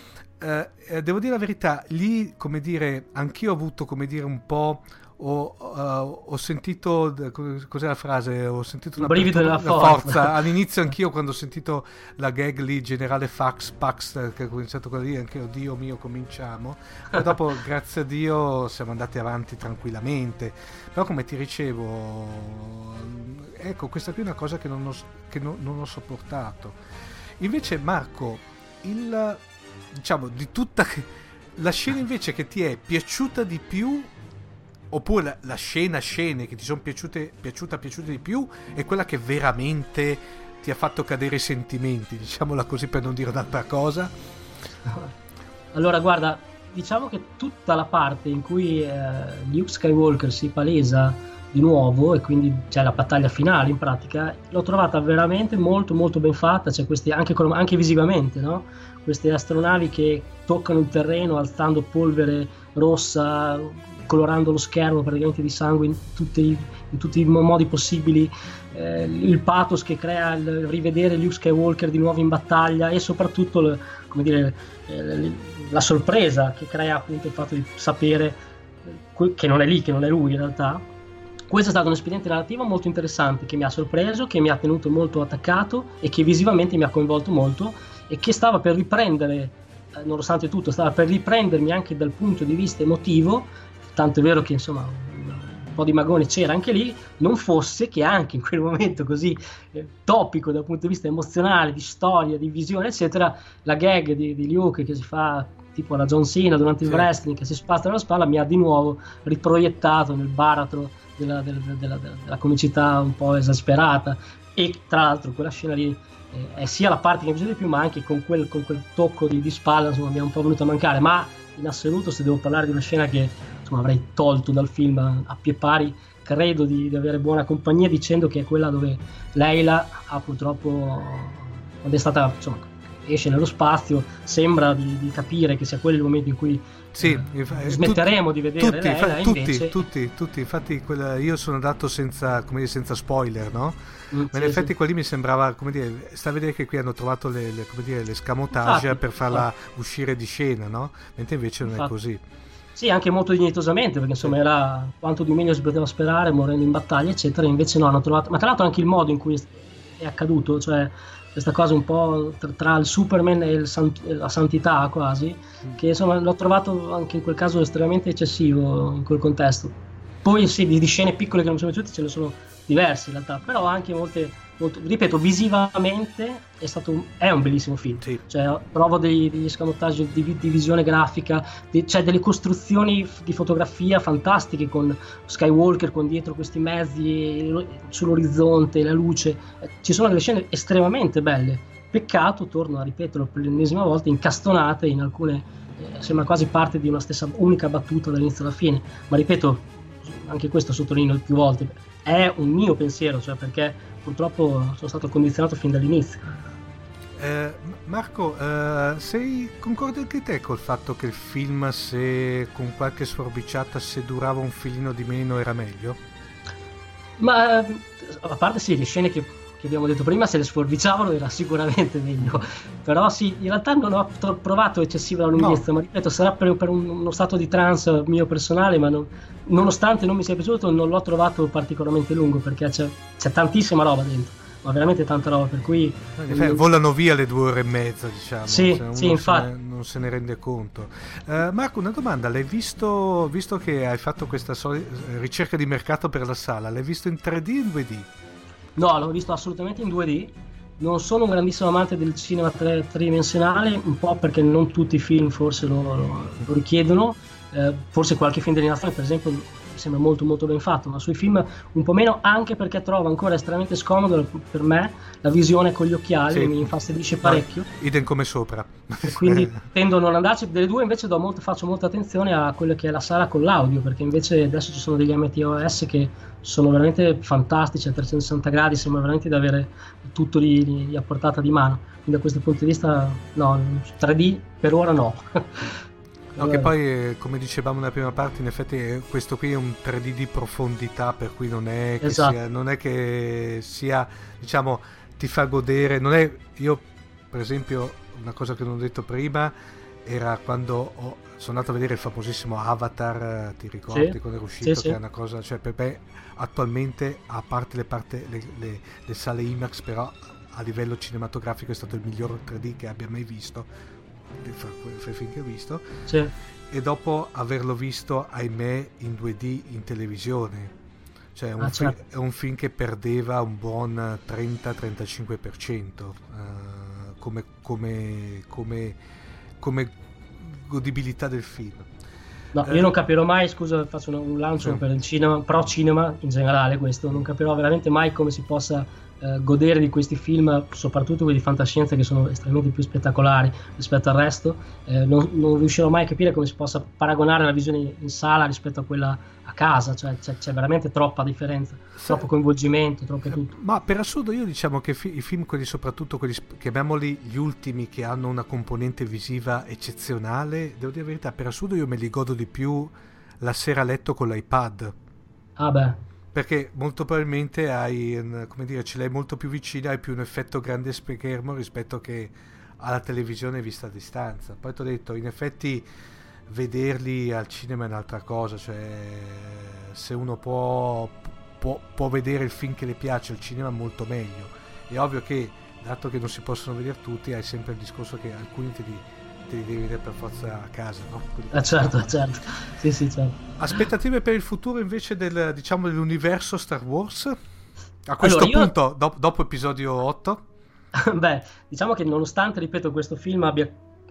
eh, eh, devo dire la verità, lì, come dire, anch'io ho avuto, come dire, un po' Ho, uh, ho sentito, cos'è la frase? Ho sentito una brivido della forza. forza. All'inizio anch'io, quando ho sentito la gag lì, generale Fax, Pax, che ho cominciato con lì, anche oddio mio, cominciamo. Poi dopo, grazie a Dio, siamo andati avanti tranquillamente. Però, come ti dicevo, ecco, questa qui è una cosa che non ho, che non, non ho sopportato. Invece, Marco, il diciamo di tutta la scena invece che ti è piaciuta di più, oppure la, la scena scene che ti sono piaciute piaciuta piaciuta di più, è quella che veramente ti ha fatto cadere i sentimenti, diciamola così, per non dire un'altra cosa. Allora guarda, diciamo che tutta la parte in cui eh, Luke Skywalker si palesa di nuovo, e quindi c'è la battaglia finale in pratica, l'ho trovata veramente molto molto ben fatta. C'è questi anche, anche visivamente, no? Queste astronavi che toccano il terreno alzando polvere rossa, colorando lo schermo praticamente di sangue in tutti, in tutti i modi possibili, eh, il pathos che crea il rivedere Luke Skywalker di nuovo in battaglia, e soprattutto le, come dire, eh, la sorpresa che crea appunto il fatto di sapere che non è lì, che non è lui in realtà. Questo è stato un espediente narrativo molto interessante, che mi ha sorpreso, che mi ha tenuto molto attaccato e che visivamente mi ha coinvolto molto, e che stava per riprendere, eh, nonostante tutto, stava per riprendermi anche dal punto di vista emotivo. Tanto è vero che insomma un po' di magone c'era anche lì, non fosse che anche in quel momento così eh, topico dal punto di vista emozionale, di storia, di visione eccetera, la gag di, di Luke che si fa tipo alla John Cena durante il sì. wrestling che si spazza la spalla, mi ha di nuovo riproiettato nel baratro della, della, della, della, della comicità un po' esasperata. E tra l'altro quella scena lì eh, è sia la parte che mi piace di più, ma anche con quel, con quel tocco di, di spalla, insomma, mi è un po' venuto a mancare. Ma in assoluto, se devo parlare di una scena che insomma avrei tolto dal film a, a pie pari, credo di, di avere buona compagnia dicendo che è quella dove Leila ha purtroppo, quando è stata, insomma, esce nello spazio, sembra di, di capire che sia quello il momento in cui sì, eh, smetteremo tutti, di vedere tutti, Leila, fa, tutti, invece... tutti, tutti, infatti quella, io sono andato senza, come dire, senza spoiler, no? Mm, ma sì, in effetti sì. quelli mi sembrava, come dire, sta a vedere che qui hanno trovato le, le, come dire, l'escamotage per farla infatti. uscire di scena, no? Mentre invece non Infatti. è così. Sì, anche molto dignitosamente, perché insomma era quanto di meglio si poteva sperare, morendo in battaglia, eccetera. Invece no, hanno trovato. Ma tra l'altro anche il modo in cui è accaduto, cioè questa cosa un po' tra, tra il Superman e il sant- la santità quasi, che insomma l'ho trovato anche in quel caso estremamente eccessivo in quel contesto. Poi sì, di, di scene piccole che non mi sono piaciute ce ne sono diverse in realtà, però anche molte, molto, ripeto, visivamente è stato un, è un bellissimo film. Sì. Cioè trovo dei, degli escamotage di, di visione grafica, di, cioè delle costruzioni di fotografia fantastiche con Skywalker con dietro questi mezzi sull'orizzonte, la luce, ci sono delle scene estremamente belle. Peccato, torno a ripeterlo per l'ennesima volta, incastonate in alcune, eh, sembra quasi parte di una stessa unica battuta dall'inizio alla fine, ma ripeto, anche questo sottolineo più volte, è un mio pensiero, cioè perché purtroppo sono stato condizionato fin dall'inizio. Eh, Marco, eh, sei concordi anche te col fatto che il film, se con qualche sforbiciata, se durava un filino di meno era meglio? Ma a parte sì, le scene che, che abbiamo detto prima, se le sforbiciavano era sicuramente meglio, però sì, in realtà non ho provato eccessiva la lunghezza, no. Ma ripeto, sarà per, per un, uno stato di trance mio personale, ma non, nonostante non mi sia piaciuto non l'ho trovato particolarmente lungo, perché c'è, c'è tantissima roba dentro, ma veramente tanta roba, per cui eh, volano via le due ore e mezza, diciamo. Sì, se uno sì, infatti. Se ne, non se ne rende conto. uh, Marco, una domanda: l'hai visto, visto che hai fatto questa soli- ricerca di mercato per la sala, l'hai visto in tre D o in due D? No, l'ho visto assolutamente in due D. Non sono un grandissimo amante del cinema tre, tridimensionale, un po' perché non tutti i film forse lo, lo, lo richiedono, eh, forse qualche film d'animazione per esempio mi sembra molto molto ben fatto, ma sui film un po' meno, anche perché trovo ancora estremamente scomodo per me la visione con gli occhiali, sì. Che mi infastidisce parecchio. No, idem come sopra. E quindi tendo a non andarci. Delle due invece do molto, faccio molta attenzione a quella che è la sala con l'audio, perché invece adesso ci sono degli M T O S che sono veramente fantastici a trecentosessanta gradi, sembra veramente di avere tutto lì, lì a portata di mano, quindi da questo punto di vista no, tre D per ora no. No, che poi, come dicevamo nella prima parte, in effetti questo qui è un tre D di profondità, per cui non è che, esatto. sia, non è che sia, diciamo, ti fa godere. Non è, io per esempio, una cosa che non ho detto prima era quando ho, sono andato a vedere il famosissimo Avatar, ti ricordi, sì. quando era uscito, sì, che sì. è una cosa, cioè per me attualmente, a parte le, parte, le, le, le sale IMAX, però a livello cinematografico è stato il miglior tre D che abbia mai visto, fra i film che ho visto, sì. E dopo averlo visto, ahimè, in due D in televisione, cioè un ah, film, certo. è un film che perdeva un buon trenta trentacinque per cento uh, come, come, come, come godibilità del film. No, eh, io non capirò mai, scusa, faccio un, un lancio sì. per il cinema, pro cinema in generale, questo non capirò veramente mai come si possa eh, godere di questi film, soprattutto quelli di fantascienza, che sono estremamente più spettacolari rispetto al resto. eh, non, non riuscirò mai a capire come si possa paragonare la visione in sala rispetto a quella a casa, cioè c'è, c'è veramente troppa differenza, sì. Troppo coinvolgimento, troppo tutto. Ma per assurdo io diciamo che fi- i film, quelli soprattutto quelli, chiamiamoli gli ultimi, che hanno una componente visiva eccezionale, devo dire la verità, per assurdo io me li godo di più la sera a letto con l'iPad. Ah beh. Perché molto probabilmente hai, come dire, ce l'hai molto più vicina, hai più un effetto grande schermo rispetto che alla televisione vista a distanza. Poi ti ho detto, in effetti vederli al cinema è un'altra cosa, cioè se uno può, può, può vedere il film che le piace al cinema molto meglio. È ovvio che, dato che non si possono vedere tutti, hai sempre il discorso che alcuni te li, te li devi vedere per forza a casa, no? Ah, certo, certo. Sì, sì, certo. Aspettative per il futuro invece del, diciamo, dell'universo Star Wars? A questo allora, io... punto, do- dopo episodio otto? Beh, diciamo che nonostante, ripeto, questo film abbia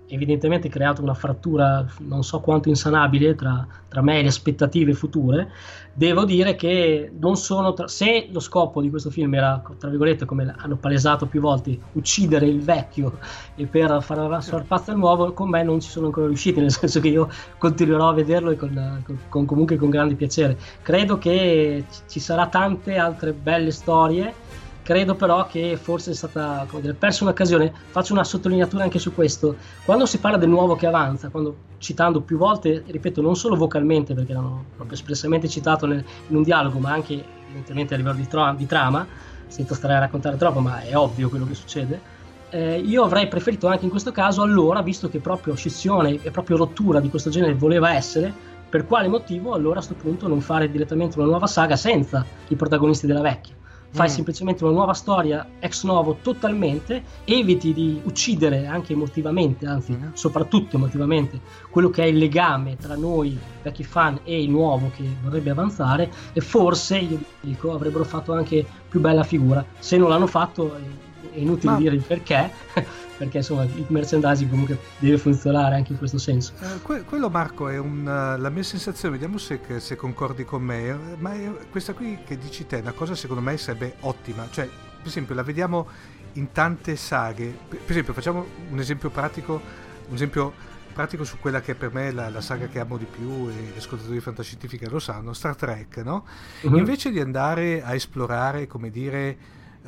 evidentemente creato una frattura non so quanto insanabile tra, tra me e le aspettative future, devo dire che non sono tra... se lo scopo di questo film era, tra virgolette, come hanno palesato più volte, uccidere il vecchio e per far sorpazzo al nuovo, con me non ci sono ancora riusciti, nel senso che io continuerò a vederlo e con, con, con comunque con grande piacere. Credo che ci sarà tante altre belle storie. Credo però che forse è stata, come dire, persa un'occasione. Faccio una sottolineatura anche su questo. Quando si parla del nuovo che avanza, quando citando più volte, ripeto, non solo vocalmente, perché erano proprio espressamente citato nel, in un dialogo, ma anche evidentemente a livello di, tra, di trama, senza stare a raccontare troppo, ma è ovvio quello che succede, eh, io avrei preferito anche in questo caso, allora, visto che proprio scissione e proprio rottura di questo genere voleva essere, per quale motivo allora a questo punto non fare direttamente una nuova saga senza i protagonisti della vecchia? Fai mm. semplicemente una nuova storia ex novo totalmente, eviti di uccidere anche emotivamente, anzi mm. soprattutto emotivamente, quello che è il legame tra noi vecchi fan e il nuovo che vorrebbe avanzare, e forse, io dico, avrebbero fatto anche più bella figura. Se non l'hanno fatto è inutile Ma... dire il perché, perché insomma il merchandising comunque deve funzionare anche in questo senso. Eh, que- quello Marco è un, uh, la mia sensazione, vediamo se, se concordi con me, ma è, questa qui che dici te è una cosa secondo me sarebbe ottima, cioè per esempio la vediamo in tante saghe, per, per esempio facciamo un esempio pratico, un esempio pratico su quella che per me è la, la saga che amo di più, e gli ascoltatori di Fantascientifica lo sanno, Star Trek, no? Uh-huh. Invece di andare a esplorare, come dire,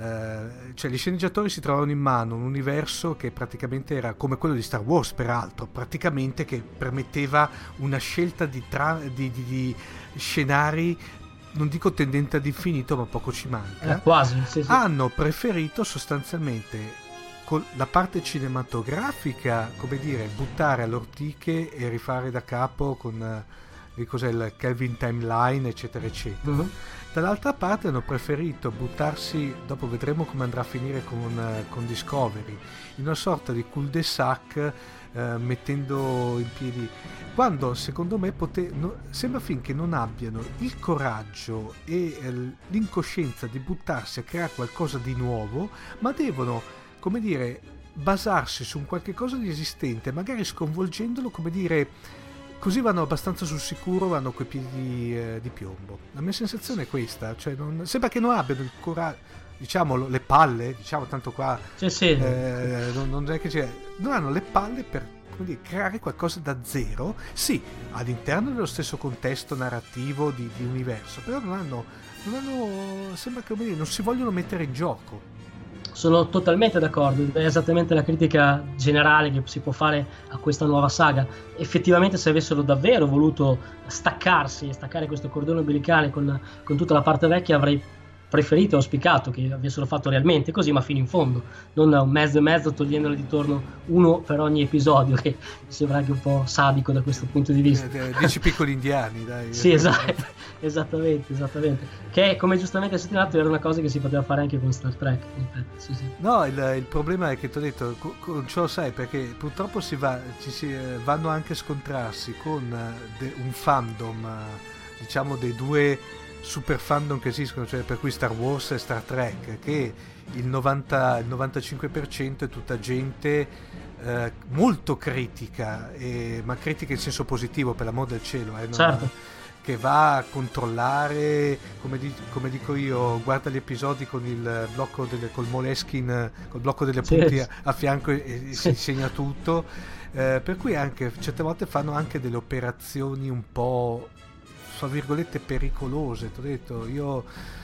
Uh, cioè gli sceneggiatori si trovavano in mano un universo che praticamente era come quello di Star Wars, peraltro, praticamente, che permetteva una scelta di, tra- di, di, di scenari, non dico tendente ad infinito, ma poco ci manca. Eh, quasi, sì, sì. Hanno preferito sostanzialmente con la parte cinematografica, come dire, buttare all'ortiche e rifare da capo con uh, cos'è il Kelvin Timeline, eccetera eccetera. Uh-huh. Dall'altra parte hanno preferito buttarsi, dopo vedremo come andrà a finire con, con Discovery, in una sorta di cul-de-sac, eh, mettendo in piedi, quando secondo me pote- no, sembra finché non abbiano il coraggio e eh, l'incoscienza di buttarsi a creare qualcosa di nuovo, ma devono, come dire, basarsi su un qualche cosa di esistente, magari sconvolgendolo, come dire, così vanno abbastanza sul sicuro, vanno coi piedi eh, di piombo. La mia sensazione è questa, cioè non, sembra che non abbiano il coraggio, diciamo, le palle, diciamo, tanto qua sì, sì. Eh, non, non è che c'è, non hanno le palle per, come dire, creare qualcosa da zero, sì, all'interno dello stesso contesto narrativo di, di universo, però non hanno, non hanno, sembra che, come dire, non si vogliono mettere in gioco. Sono totalmente d'accordo, è esattamente la critica generale che si può fare a questa nuova saga. Effettivamente, se avessero davvero voluto staccarsi e staccare questo cordone umbilicale con, con tutta la parte vecchia, avrei preferito e auspicato che avessero fatto realmente così, ma fino in fondo, non un mezzo e mezzo, togliendolo di torno uno per ogni episodio, che mi sembra anche un po' sadico da questo punto di vista. Eh, dieci piccoli indiani, dai. Sì, esatto, esattamente, esattamente. Che, come giustamente hai sottolineato, era una cosa che si poteva fare anche con Star Trek. Sì, sì. No, il, il problema è che ti ho detto, non ce lo sai, perché purtroppo si va, ci si vanno anche a scontrarsi con de, un fandom, diciamo, dei due super fandom che esistono, cioè per cui Star Wars e Star Trek, che il, novanta, il novantacinque per cento è tutta gente eh, molto critica, e, ma critica in senso positivo, per l'amor del cielo, eh, non, certo. che va a controllare, come, di, come dico io, guarda gli episodi con il blocco delle, col Moleskine, col blocco delle punti sì. a, a fianco, e, e si segna tutto, eh, per cui anche certe volte fanno anche delle operazioni un po', fra virgolette, pericolose. Ti ho detto, io,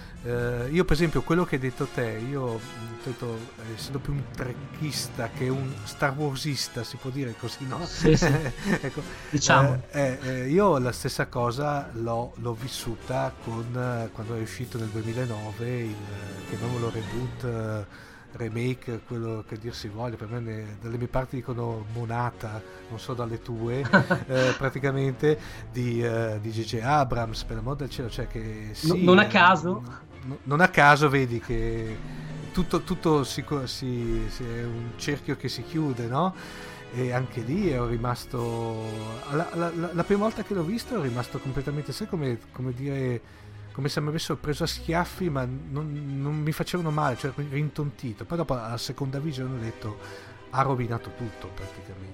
eh, io per esempio quello che hai detto te, io ti ho detto, essendo più un trekista che un Star Warsista, si può dire così, no? Sì, sì. Ecco, diciamo. Eh, eh, io la stessa cosa l'ho, l'ho vissuta con eh, quando è uscito nel duemilanove il, chiamiamolo reboot, eh, remake, quello che dir si voglia, per me ne, dalle mie parti dicono monata, non so dalle tue, eh, praticamente di uh, di J J Abrams, per l'amor del cielo, cioè che sì, no, non a caso n- non a caso vedi che tutto, tutto si, si, si è un cerchio che si chiude, no? E anche lì ero rimasto, la, la, la, la prima volta che l'ho visto ero rimasto completamente, sai, come, come dire, come se mi avessero preso a schiaffi, ma non, non mi facevano male, cioè rintontito. Poi dopo, alla seconda visione, ho detto, ha rovinato tutto praticamente.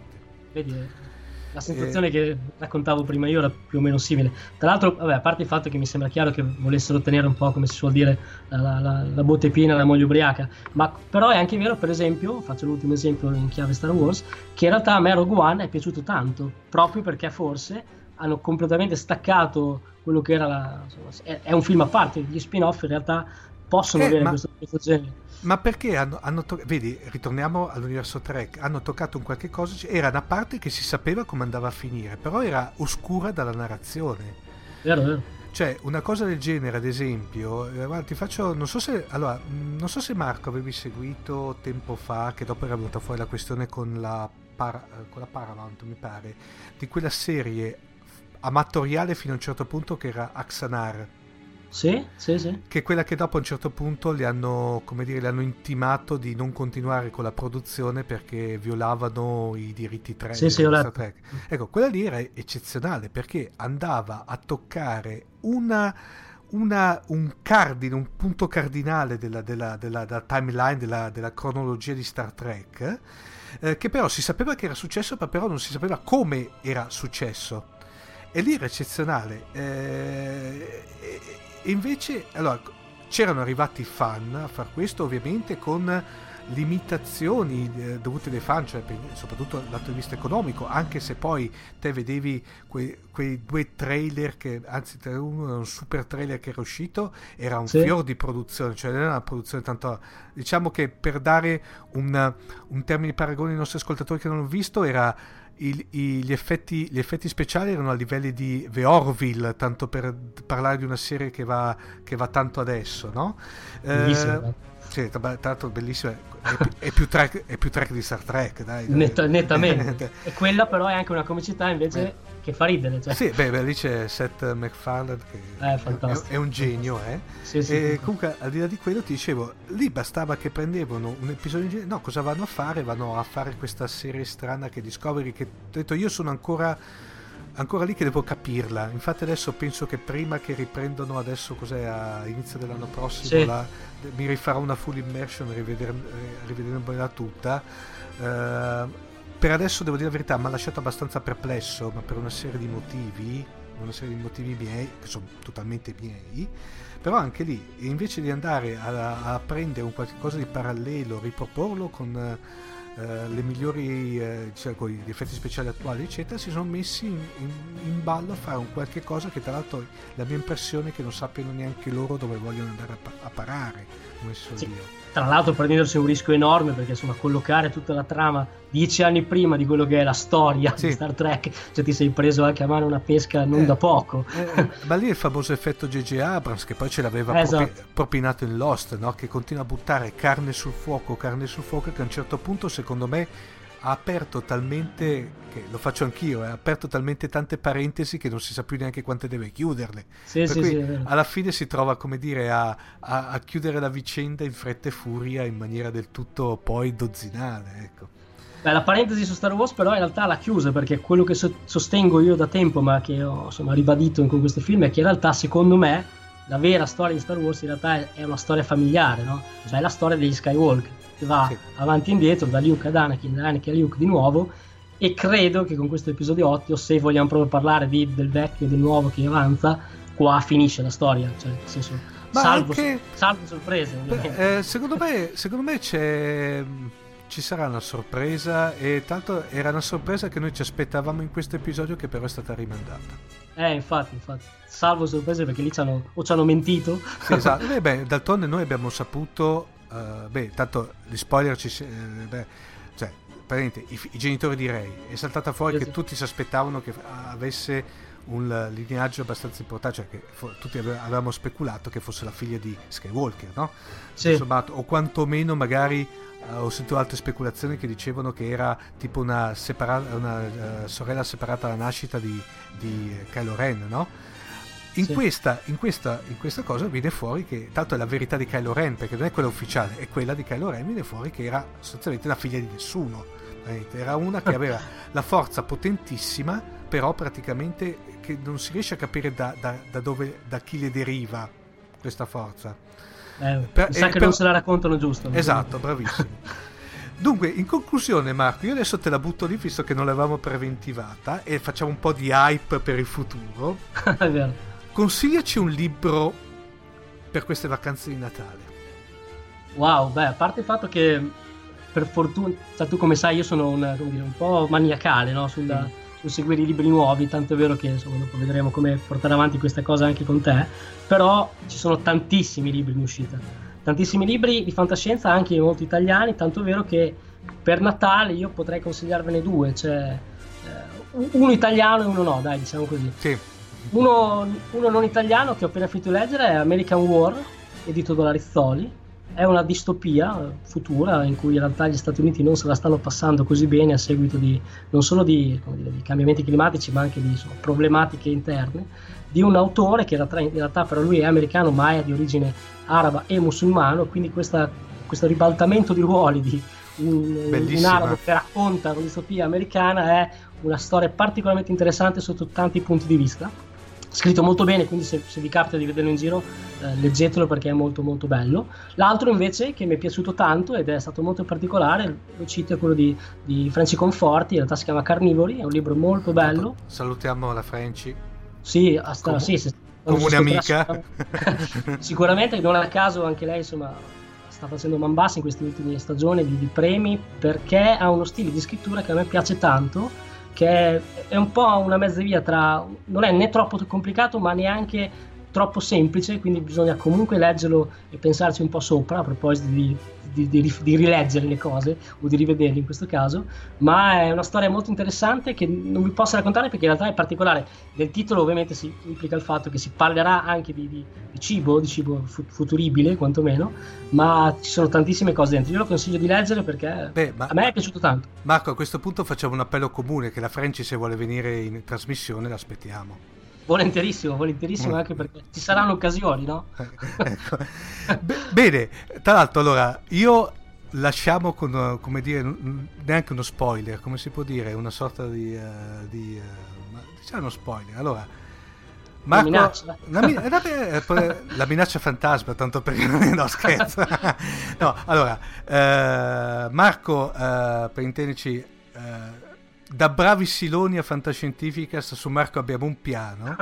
vedi la sensazione eh... che raccontavo prima io era più o meno simile. Tra l'altro, vabbè, a parte il fatto che mi sembra chiaro che volessero tenere un po', come si suol dire, la, la, la botte piena, la moglie ubriaca, ma però è anche vero, per esempio, faccio l'ultimo esempio in chiave Star Wars, che in realtà a me Rogue One è piaciuto tanto, proprio perché forse hanno completamente staccato quello che era la, insomma, è, è un film a parte, gli spin-off in realtà possono eh, avere ma... questo, questo genere. Ma perché hanno, hanno to- vedi, ritorniamo all'universo Trek, hanno toccato un qualche cosa, era una parte che si sapeva come andava a finire, però era oscura dalla narrazione. Vero, vero. Cioè, una cosa del genere, ad esempio, eh, guarda, ti faccio, non so se, allora, non so se Marco avevi seguito tempo fa, che dopo era venuta fuori la questione con la, Par- con la Paramount, mi pare, di quella serie amatoriale fino a un certo punto che era Axanar. Sì, sì, sì. Che è quella che dopo a un certo punto le hanno, come dire, le hanno intimato di non continuare con la produzione perché violavano i diritti tre sì, sì, Star Trek. Ecco, quella lì era eccezionale perché andava a toccare una, una, un cardine, un punto cardinale della, della, della, della timeline, della, della cronologia di Star Trek, eh, che però si sapeva che era successo, ma però non si sapeva come era successo. E lì era eccezionale. Eh, e invece, allora, c'erano arrivati fan a far questo, ovviamente con limitazioni eh, dovute dai fan, cioè per, soprattutto dal punto di vista economico, anche se poi te vedevi quei, quei due trailer che, anzi uno era un super trailer che era uscito, era un sì. fior di produzione, cioè non era una produzione tanto, diciamo che per dare un, un termine di paragone ai nostri ascoltatori che non l'hanno visto, era Il, i, gli, effetti, gli effetti speciali erano a livelli di The Orville, tanto per parlare di una serie che va, che va tanto adesso, no? Bellissimo, eh, sì, tra l'altro bellissimo, è, più, è, più track, è più track di Star Trek, dai, dai. Netta, nettamente. E quella però è anche una comicità invece eh. che fa ridere, cioè. Sì, beh, beh, lì c'è Seth MacFarlane che è, è, è un genio, eh? Sì, sì, e sì. Comunque al di là di quello ti dicevo, lì bastava che prendevano un episodio in genere, no, cosa vanno a fare? Vanno a fare questa serie strana che Discovery, che ho detto io sono ancora ancora lì che devo capirla, infatti adesso penso che prima che riprendono adesso cos'è a inizio dell'anno prossimo sì. la, mi rifarò una full immersion rivedendola tutta. Uh, per adesso devo dire la verità, mi ha lasciato abbastanza perplesso, ma per una serie di motivi una serie di motivi miei che sono totalmente miei, però anche lì invece di andare a, a prendere un qualche cosa di parallelo, riproporlo con Uh, le migliori uh, cioè, con gli effetti speciali attuali eccetera, si sono messi in, in, in ballo a fare un qualche cosa che tra l'altro la mia impressione è che non sappiano neanche loro dove vogliono andare a, a parare, come so sì. io. Tra l'altro prendendosi un rischio enorme perché insomma collocare tutta la trama dieci anni prima di quello che è la storia sì. di Star Trek, cioè ti sei preso anche a mano una pesca non eh, da poco. Eh, ma lì è il famoso effetto J J Abrams che poi ce l'aveva esatto. propi- propinato in Lost, no? Che continua a buttare carne sul fuoco, carne sul fuoco, che a un certo punto secondo me ha aperto talmente, che lo faccio anch'io, eh, ha aperto talmente tante parentesi che non si sa più neanche quante deve chiuderle. Sì, per sì, cui sì, alla fine si trova, come dire, a, a, a chiudere la vicenda in fretta e furia in maniera del tutto poi dozzinale, ecco. Beh, la parentesi su Star Wars però in realtà l'ha chiusa, perché quello che so- sostengo io da tempo, ma che ho insomma ribadito con questo film, è che in realtà secondo me la vera storia di Star Wars in realtà è, è una storia familiare, no? Cioè è la storia degli Skywalker, che va sì. avanti e indietro da Luke ad Anakin, da Anakin a Luke di nuovo, e credo che con questo episodio otto, se vogliamo proprio parlare di, del vecchio e del nuovo che avanza, qua finisce la storia, cioè nel senso, ma salvo, anche, salvo sorprese ovviamente. Eh, secondo me secondo me c'è ci sarà una sorpresa, e tanto era una sorpresa che noi ci aspettavamo in questo episodio, che però è stata rimandata. Eh, infatti, infatti, salvo sorprese perché lì ci hanno, o ci hanno mentito. Sì, esatto. Beh, beh, d'altronde noi abbiamo saputo, uh, beh, tanto gli spoiler ci, eh, beh, cioè, praticamente i, i genitori di Rey, è saltata fuori sì, che sì. tutti si aspettavano che avesse un lineaggio abbastanza importante, cioè che fo- tutti ave- avevamo speculato che fosse la figlia di Skywalker, no? Sì. Insomma, o quantomeno magari uh, ho sentito altre speculazioni che dicevano che era tipo una, separa- una uh, sorella separata alla nascita di, di Kylo Ren, no? In, sì. questa, in, questa, in questa cosa viene fuori che tanto è la verità di Kylo Ren, perché non è quella ufficiale, è quella di Kylo Ren, viene fuori che era sostanzialmente la figlia di nessuno, era una che aveva la forza potentissima, però praticamente che non si riesce a capire da, da, da dove, da chi le deriva questa forza. Eh, per, sa eh, che per... non se la raccontano giusto. Esatto, bravissimo. Dunque, in conclusione, Marco, io adesso te la butto lì, visto che non l'avevamo preventivata, e facciamo un po' di hype per il futuro. È vero. Consigliaci un libro per queste vacanze di Natale. Wow, beh, a parte il fatto che per fortuna, cioè, tu come sai, io sono un, come dire, un po' maniacale, no? Sul, mm. sul seguire i libri nuovi, tanto è vero che insomma dopo vedremo come portare avanti questa cosa anche con te, però ci sono tantissimi libri in uscita. Tantissimi libri di fantascienza, anche molti italiani, tanto è vero che per Natale io potrei consigliarvene due, cioè eh, uno italiano e uno no, dai, diciamo così. Sì. Uno, uno non italiano che ho appena finito di leggere è American War, edito da Rizzoli. È una distopia futura in cui in realtà gli Stati Uniti non se la stanno passando così bene a seguito di non solo di, come dire, di cambiamenti climatici, ma anche di insomma, problematiche interne, di un autore che in realtà, in realtà però lui è americano ma è di origine araba e musulmano, quindi questa, questo ribaltamento di ruoli di un, un arabo che racconta una distopia americana è una storia particolarmente interessante sotto tanti punti di vista. Scritto molto bene, quindi se, se vi capita di vederlo in giro eh, leggetelo perché è molto molto bello. L'altro invece che mi è piaciuto tanto ed è stato molto particolare, lo cito, è quello di, di Franci Conforti, in realtà si chiama Carnivori, è un libro molto bello. Salutiamo la Franci. Sì, hasta, Com- sì se, come un'amica. Sicuramente, non a caso anche lei insomma sta facendo man bassa in queste ultime stagioni di, di premi, perché ha uno stile di scrittura che a me piace tanto, che è un po' una mezza via tra, non è né troppo complicato ma neanche troppo semplice, quindi bisogna comunque leggerlo e pensarci un po' sopra a proposito di, di, di, di rileggere le cose o di rivederle in questo caso, ma è una storia molto interessante che non vi posso raccontare perché in realtà è particolare. Nel titolo ovviamente si implica il fatto che si parlerà anche di, di, di cibo, di cibo futuribile quantomeno, ma ci sono tantissime cose dentro. Io lo consiglio di leggere perché Beh, ma, a me è piaciuto tanto. Marco, a questo punto facciamo un appello comune, che la Franci se vuole venire in trasmissione l'aspettiamo. Volentierissimo, volentierissimo, anche perché ci saranno occasioni, no? Ecco. Be- bene, tra l'altro allora io lasciamo con, come dire, neanche uno spoiler, come si può dire, una sorta di, uh, di uh, diciamo uno spoiler. Allora, Marco, la minaccia, la, min- eh, la minaccia fantasma, tanto per no scherzo. No, allora, uh, Marco, uh, per intenderci, uh, da bravi siloni a Fantascientificast su Marco abbiamo un piano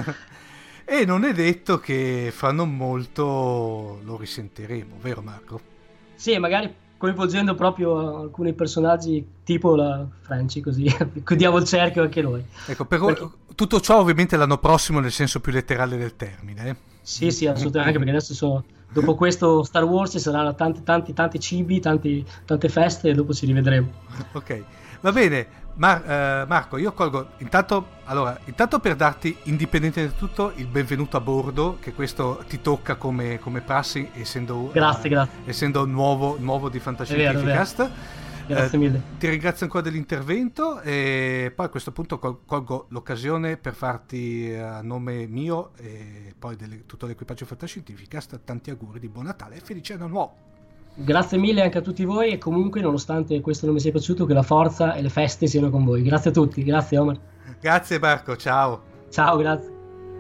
e non è detto che fra non molto lo risentiremo, vero Marco? Sì, magari coinvolgendo proprio alcuni personaggi tipo la Franci, così chiudiamo il cerchio anche noi. Ecco, per perché... tutto ciò ovviamente l'anno prossimo nel senso più letterale del termine. Eh? Sì, sì, assolutamente, anche perché adesso sono, dopo questo Star Wars ci saranno tanti, tanti, tanti cibi, tanti, tante feste e dopo ci rivedremo. Ok, va bene. Mar- eh, Marco, io colgo intanto, allora, intanto per darti, indipendentemente da tutto, il benvenuto a bordo, che questo ti tocca come, come prassi, essendo, grazie, uh, grazie. essendo nuovo, nuovo di Fantascientificast. Grazie eh, mille. Ti ringrazio ancora dell'intervento e poi a questo punto col- colgo l'occasione per farti a nome mio e poi di tutto l'equipaggio Fantascientificast tanti auguri di buon Natale e felice anno nuovo. Grazie mille anche a tutti voi e comunque nonostante questo non mi sia piaciuto che la forza e le feste siano con voi. Grazie a tutti, grazie Omar. Grazie Marco, ciao. Ciao, grazie.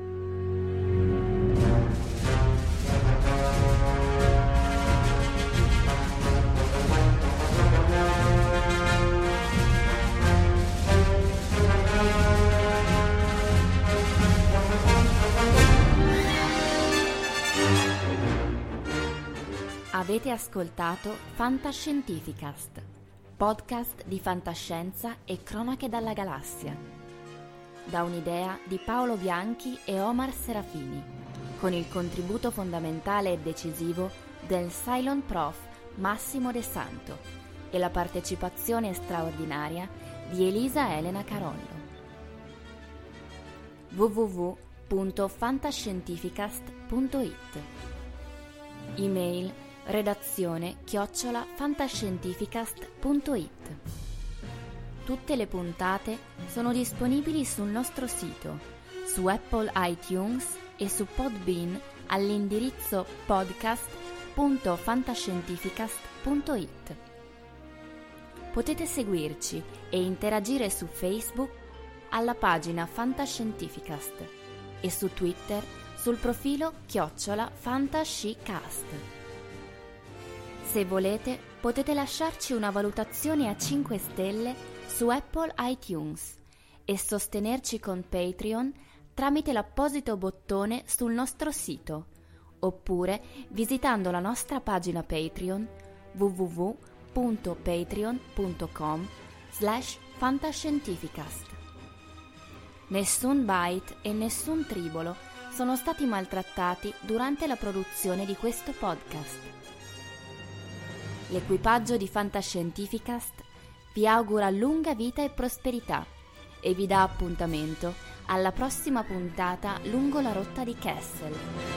Avete ascoltato Fantascientificast, podcast di fantascienza e cronache dalla galassia. Da un'idea di Paolo Bianchi e Omar Serafini, con il contributo fondamentale e decisivo del Cylon Prof Massimo De Santo e la partecipazione straordinaria di Elisa Elena Carollo. w w w punto fantascientificast punto i t. Email redazione chiocciola fantascientificast punto i t. Tutte le puntate sono disponibili sul nostro sito, su Apple iTunes e su Podbean all'indirizzo podcast punto fantascientificast punto i t. Potete seguirci e interagire su Facebook alla pagina Fantascientificast e su Twitter sul profilo chiocciola fantascicast. Se volete, potete lasciarci una valutazione a cinque stelle su Apple iTunes e sostenerci con Patreon tramite l'apposito bottone sul nostro sito, oppure visitando la nostra pagina Patreon w w w punto patreon punto com slash fantascientificast. Nessun bite e nessun tribolo sono stati maltrattati durante la produzione di questo podcast. L'equipaggio di Fantascientificast vi augura lunga vita e prosperità e vi dà appuntamento alla prossima puntata lungo la rotta di Kessel.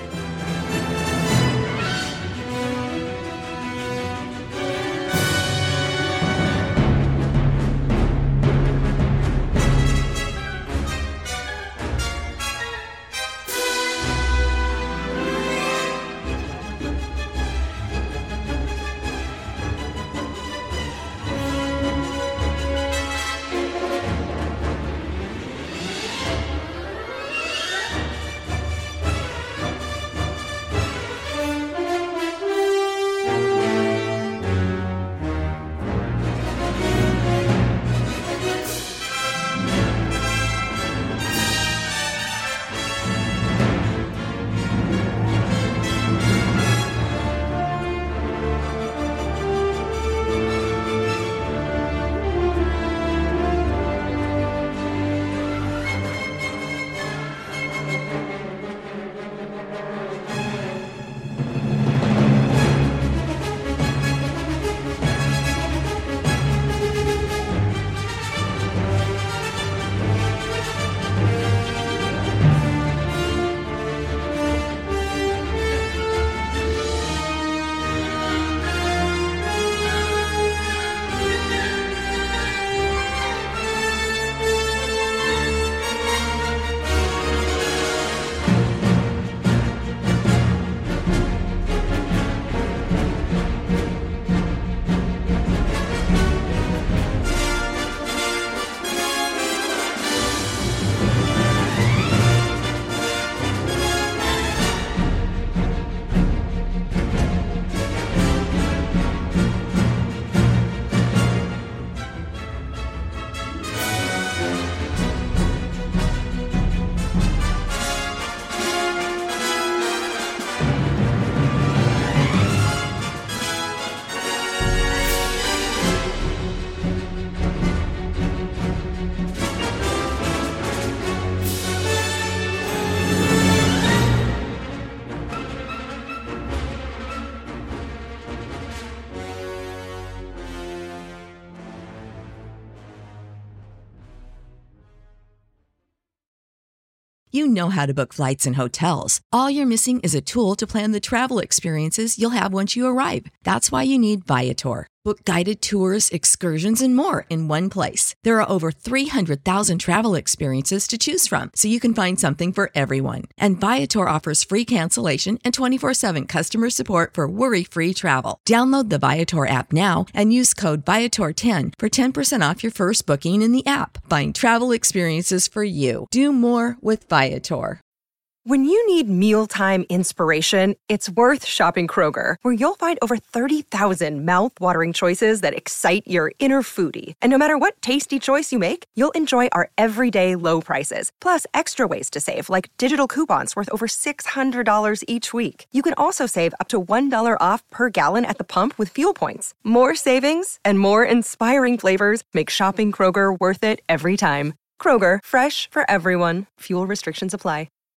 You know how to book flights and hotels. All you're missing is a tool to plan the travel experiences you'll have once you arrive. That's why you need Viator. Book guided tours, excursions, and more in one place. There are over three hundred thousand travel experiences to choose from, so you can find something for everyone. And Viator offers free cancellation and twenty-four seven customer support for worry-free travel. Download the Viator app now and use code Viator ten for ten percent off your first booking in the app. Find travel experiences for you. Do more with Viator. When you need mealtime inspiration, it's worth shopping Kroger, where you'll find over thirty thousand mouth-watering choices that excite your inner foodie. And no matter what tasty choice you make, you'll enjoy our everyday low prices, plus extra ways to save, like digital coupons worth over six hundred dollars each week. You can also save up to one dollar off per gallon at the pump with fuel points. More savings and more inspiring flavors make shopping Kroger worth it every time. Kroger, fresh for everyone. Fuel restrictions apply.